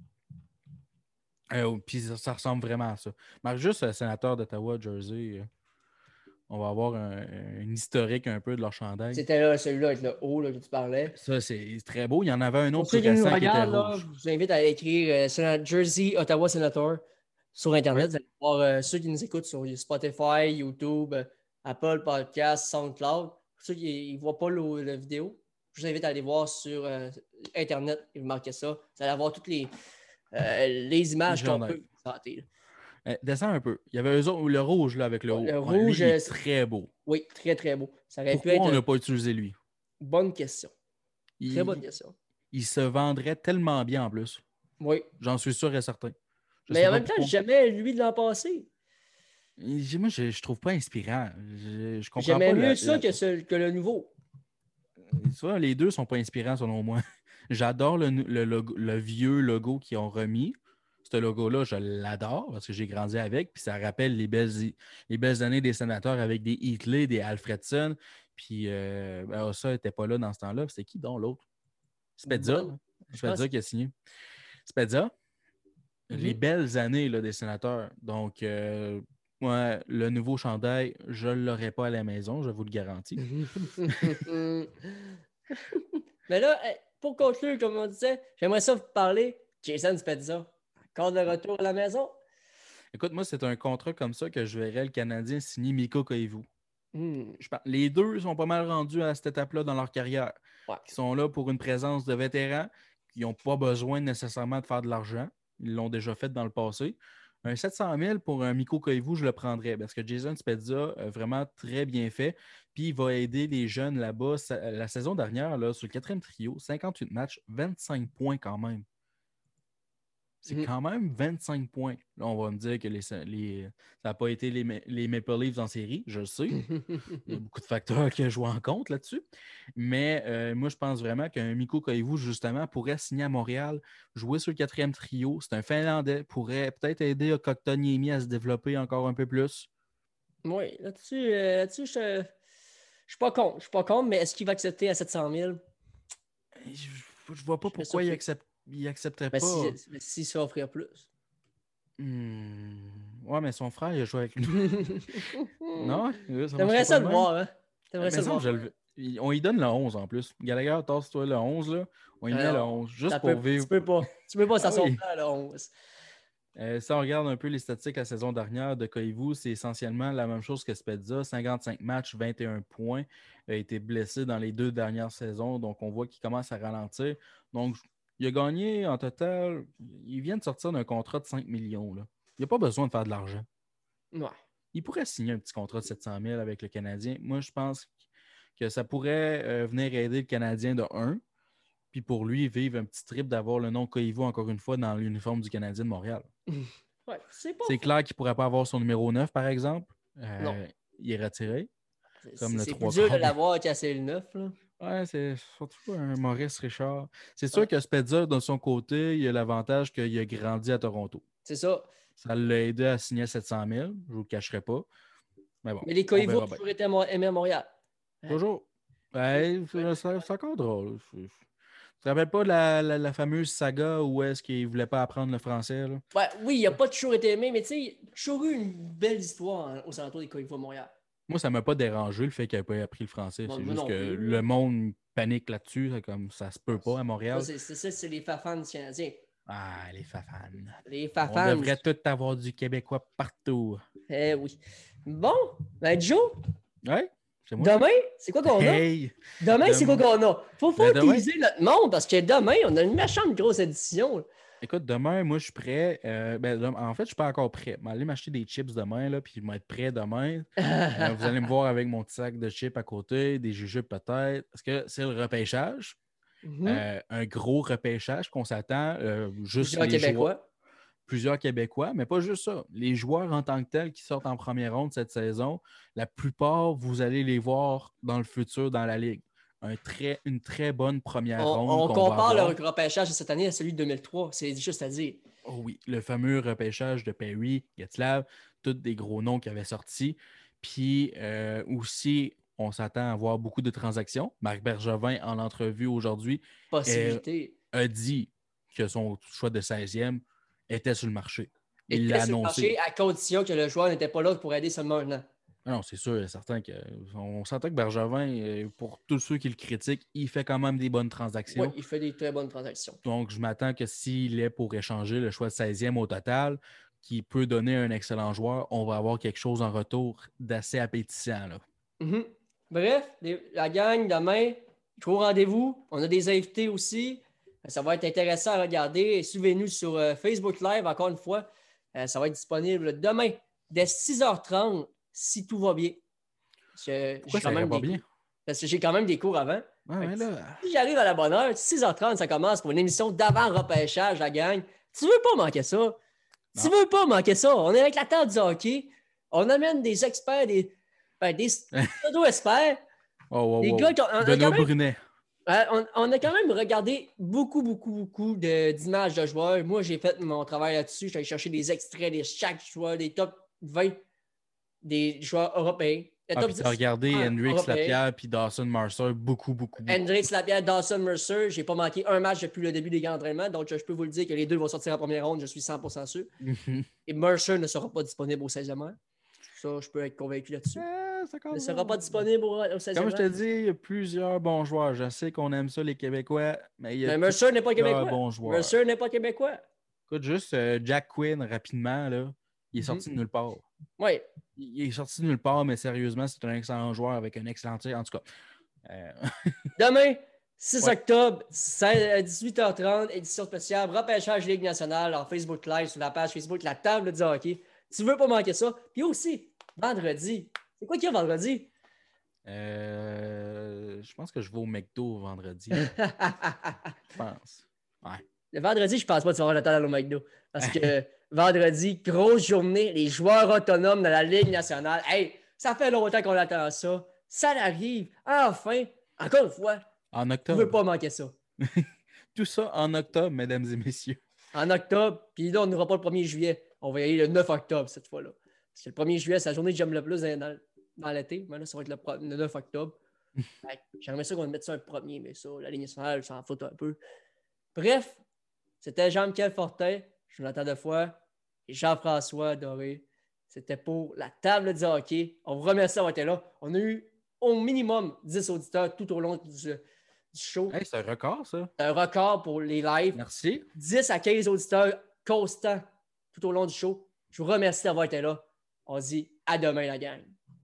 Puis ça ressemble vraiment à ça. Marque juste le sénateur d'Ottawa, Jersey. On va avoir un historique un peu de leur chandail. C'était là, celui-là avec le haut là, que tu parlais. Ça, c'est très beau. Il y en avait un autre plus récent qui était rouge. Je vous invite à écrire Jersey, Ottawa Senator sur Internet. Vous allez voir ceux qui nous écoutent sur Spotify, YouTube, Apple Podcasts, SoundCloud. Ceux qui ne voient pas la vidéo, je vous invite à aller voir sur Internet et vous marquez ça. Vous allez avoir toutes les images qu'on peut vous présenter. Descends un peu. Il y avait eux autres, le rouge là, avec le haut. Le rouge, lui, est très beau. Oui, très, très beau. Ça aurait Pourquoi on n'a pas utilisé lui? Bonne question. Très bonne question. Il se vendrait tellement bien en plus. Oui. J'en suis sûr et certain. Mais en même temps, jamais lui de l'an passé. Moi, je trouve pas inspirant. Je comprends J'aimais pas mieux ça que le nouveau. Ça, les deux sont pas inspirants selon moi. J'adore le vieux logo qu'ils ont remis. Ce logo-là, je l'adore parce que j'ai grandi avec. Puis ça rappelle les belles années des sénateurs avec des Heatley, des Alfredson. Puis ça n'était pas là dans ce temps-là. C'est qui donc l'autre? Spezza. Spezza qui a signé. Spezza. Les belles années là, des sénateurs. Donc, le nouveau chandail, je ne l'aurai pas à la maison, je vous le garantis. Mais là, pour conclure, comme on disait, j'aimerais ça vous parler. Jason Spezza, encore de retour à la maison. Écoute, moi, c'est un contrat comme ça que je verrais le Canadien signer Mikko Koivu. Les deux sont pas mal rendus à cette étape-là dans leur carrière. Ils sont là pour une présence de vétérans qui n'ont pas besoin nécessairement de faire de l'argent. Ils l'ont déjà fait dans le passé. Un 700 000 pour un Mikko Koivu, je le prendrais parce que Jason Spezza a vraiment très bien fait. Puis il va aider les jeunes là-bas. La saison dernière, là, sur le 4e trio, 58 matchs, 25 points quand même. C'est quand même 25 points. Là, on va me dire que ça n'a pas été les Maple Leafs en série, je le sais. Il y a beaucoup de facteurs qui jouent en compte là-dessus. Mais moi, je pense vraiment qu'un Mikko Koivu, justement, pourrait signer à Montréal, jouer sur le 4e trio. C'est un Finlandais, pourrait peut-être aider Kotkaniemi à se développer encore un peu plus. Oui, là-dessus, je suis pas contre. Je suis pas contre, mais est-ce qu'il va accepter à 700 000? Je vois pas pourquoi il accepterait Mais pas. s'il se fait offrir plus. Ouais, mais son frère, il a joué avec lui. Non, ça T'aimerais ça le voir, hein? Mais T'aimerais ça le voir. on y donne le 11 en plus. Gallagher, tasse-toi le 11, là. On y met le 11, juste pour vivre. Tu peux pas, ça Ah son oui. frère, le 11. Si on regarde un peu les statistiques la saison dernière de Koivu, c'est essentiellement la même chose que Spezza. 55 matchs, 21 points. Il a été blessé dans les 2 dernières saisons, donc on voit qu'il commence à ralentir. Donc, il a gagné en total. Il vient de sortir d'un contrat de 5 millions. Là. Il n'a pas besoin de faire de l'argent. Ouais. Il pourrait signer un petit contrat de 700 000 avec le Canadien. Moi, je pense que ça pourrait venir aider le Canadien de 1. Puis pour lui, vivre un petit trip d'avoir le nom Koivu encore une fois dans l'uniforme du Canadien de Montréal. Ouais, c'est clair qu'il ne pourrait pas avoir son numéro 9, par exemple. Non. Il est retiré. C'est plus dur de l'avoir qu'à le 9. Là. Ouais, c'est surtout un Maurice Richard. C'est sûr que Spezza, de son côté, il a l'avantage qu'il a grandi à Toronto. C'est ça. Ça l'a aidé à signer 700 000. Je ne vous le cacherai pas. Mais bon. Mais les Koivu ont toujours été aimés à Montréal. Toujours. Ouais, c'est encore drôle. Tu te rappelles pas de la fameuse saga où est-ce qu'il ne voulait pas apprendre le français? Là? Ouais, oui, il n'a pas toujours été aimé, mais tu sais, il a toujours eu une belle histoire aux alentours des Koivu à Montréal. Moi, ça ne m'a pas dérangé le fait qu'il n'ait pas appris le français. C'est juste que le monde panique là-dessus. Comme ça se peut pas à Montréal. C'est les fafans du Canadien. Ah, les fafans. Les fafans. On devrait tous avoir du Québécois partout. Eh oui. Bon, ben Joe. Ouais. Moi, demain, c'est quoi qu'on a? Demain, c'est quoi qu'on a? Faut teaser notre monde parce que demain, on a une méchante grosse édition. Écoute, demain, moi, je suis prêt. En fait, je ne suis pas encore prêt. Je vais aller m'acheter des chips demain, là, puis je vais être prêt demain. Vous allez me voir avec mon petit sac de chips à côté, des jujubes peut-être. Parce que c'est le repêchage. Un gros repêchage qu'on s'attend. Juste Plusieurs Québécois. Plusieurs Québécois, mais pas juste ça. Les joueurs en tant que tels qui sortent en première ronde cette saison, la plupart, vous allez les voir dans le futur dans la Ligue. Une très bonne première ronde. On compare le repêchage de cette année à celui de 2003. C'est juste à dire. Oh oui, le fameux repêchage de Perry, Getzlaf, tous des gros noms qui avaient sorti. Puis aussi, on s'attend à voir beaucoup de transactions. Marc Bergevin, en entrevue aujourd'hui, a dit que son choix de 16e était sur le marché. Il l'a annoncé. À condition que le joueur n'était pas là pour aider seulement un an. Non, c'est sûr, certain on s'entend que Bergevin, pour tous ceux qui le critiquent, il fait quand même des bonnes transactions. Oui, il fait des très bonnes transactions. Donc, je m'attends que s'il est pour échanger le choix de 16e au total, qui peut donner un excellent joueur, on va avoir quelque chose en retour d'assez appétissant. Là. Bref, la gang, demain, gros rendez-vous. On a des invités aussi. Ça va être intéressant à regarder. Suivez-nous sur Facebook Live, encore une fois. Ça va être disponible demain, dès 6h30, si tout va bien. Pourquoi ça va pas bien? Parce que j'ai quand même des cours avant. Ouais, là... Si j'arrive à la bonne heure, 6h30, ça commence pour une émission d'avant-repêchage, la gang. Tu veux pas manquer ça? Non. Tu veux pas manquer ça? On est avec la table du hockey. On amène des experts, des pseudo-experts. Des gars qui ont... Benoît Brunet. On a quand même regardé beaucoup d'images de joueurs. Moi, j'ai fait mon travail là-dessus. J'ai allé chercher des extraits de chaque joueur, des top 20 des joueurs européens. Tu as regardé Hendrix Lapierre puis Dawson Mercer beaucoup. Hendrix Lapierre, Dawson Mercer. J'ai pas manqué un match depuis le début des grands entraînements. Donc, je peux vous le dire que les deux vont sortir en première ronde. Je suis 100% sûr. Et Mercer ne sera pas disponible au 16e. Ça, je peux être convaincu là-dessus. Il ne sera pas disponible au 16e. Comme je te dis, il y a plusieurs bons joueurs. Je sais qu'on aime ça, les Québécois, mais il y a Mercer n'est pas québécois. Bons joueurs. Mercer n'est pas québécois. Écoute, juste Jack Quinn, rapidement, là, il est sorti de nulle part. Oui. Il est sorti de nulle part, mais sérieusement, c'est un excellent joueur avec un excellent tir. En tout cas. Demain, 6 Ouais. octobre, 18h30, édition spéciale, repêchage Ligue nationale en Facebook Live sur la page Facebook La Table du hockey. Tu veux pas manquer ça. Puis aussi, vendredi. C'est quoi qu'il y a vendredi? Je pense que je vais au McDo vendredi. Je pense. Ouais. Le vendredi, je pense pas que tu vas avoir le temps d'aller au McDo. Parce que vendredi, grosse journée, les joueurs autonomes de la Ligue nationale. Hey, ça fait longtemps qu'on attend ça. Ça arrive. Enfin, encore une fois, En tu veux octobre. pas manquer ça. Tout ça en octobre, mesdames et messieurs. En octobre, puis là, on n'aura pas le 1er juillet. On va y aller le 9 octobre cette fois-là. Parce que le 1er juillet, c'est la journée que j'aime le plus dans l'été. Mais là, ça va être le 9 octobre. J'aimerais ça qu'on mette ça un premier, mais ça, la Ligue nationale, s'en fout un peu. Bref, c'était Jean-Michel Fortin, Jonathan Defoy et Jean-François Doré. C'était pour la table du hockey. On vous remercie d'avoir été là. On a eu au minimum 10 auditeurs tout au long du show. Hey, c'est un record, ça. Un record pour les lives. Merci. 10 à 15 auditeurs constants tout au long du show. Je vous remercie d'avoir été là. On se dit à demain, la gang.